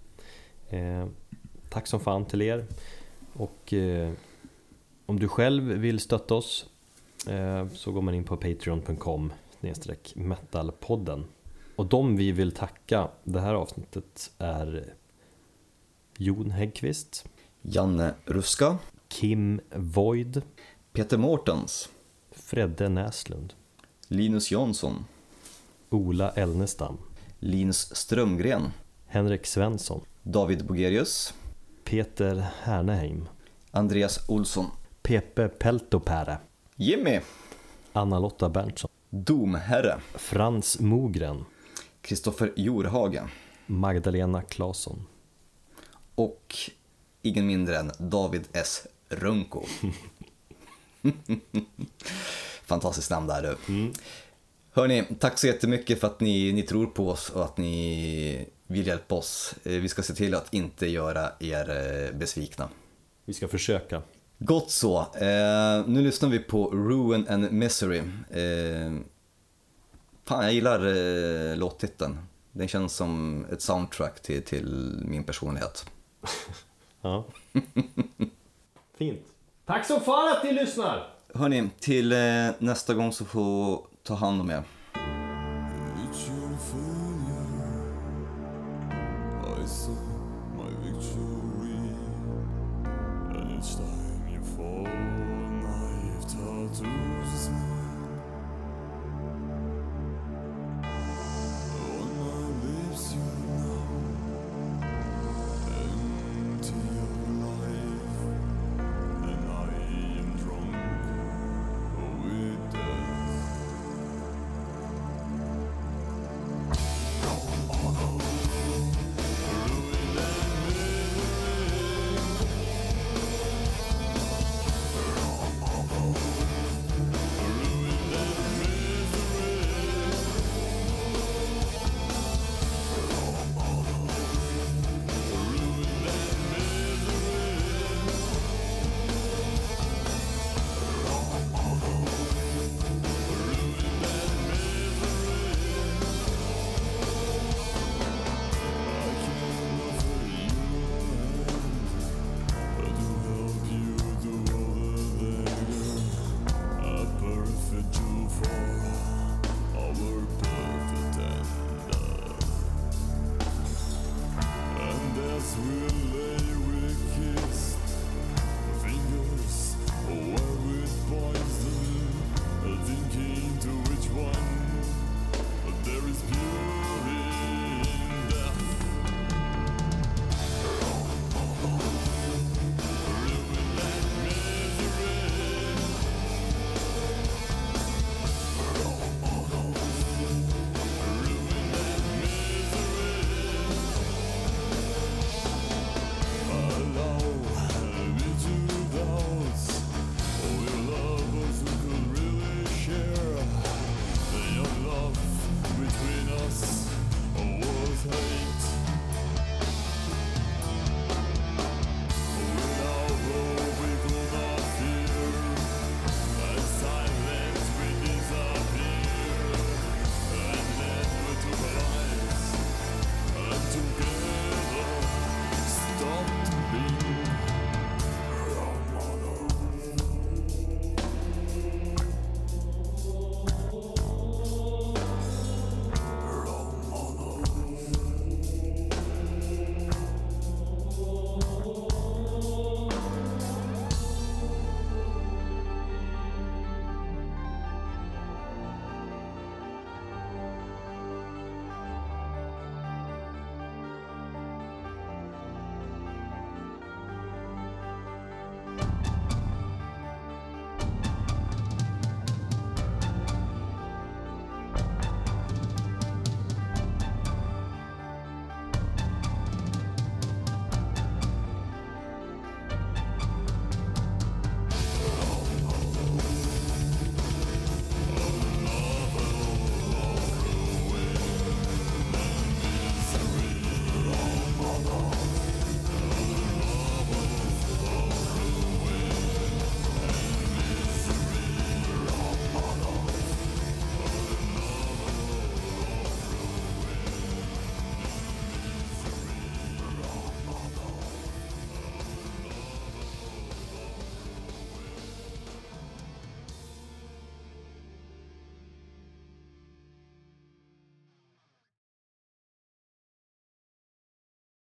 Tack som fan till er. Och om du själv vill stötta oss så går man in på patreon.com/metalpodden. Och de vi vill tacka det här avsnittet är Jon Häggqvist, Janne Ruska, Kim Void, Peter Mårtens, Fredde Näslund, Linus Jonsson, Ola Elnestam, Linus Strömgren, Henrik Svensson, David Bogerius, Peter Herneheim, Andreas Olsson, Pepe Peltopäre, Jimmy, Anna-Lotta Berntsson, Domherre, Frans Mogren, Kristoffer Jorhage Magdalena Claesson och ingen mindre än David S. Runko. Fantastiskt namn där du. Hörni, tack så jättemycket för att ni tror på oss och att ni vill hjälpa oss. Vi ska se till att inte göra er besvikna. Vi ska försöka. Gott så. Nu lyssnar vi på Ruin and Misery. Fan, jag gillar låttiteln. Den känns som ett soundtrack till min personlighet. Ja. Fint. Tack så fan att ni lyssnar! Hörni, till nästa gång så får ta hand om er.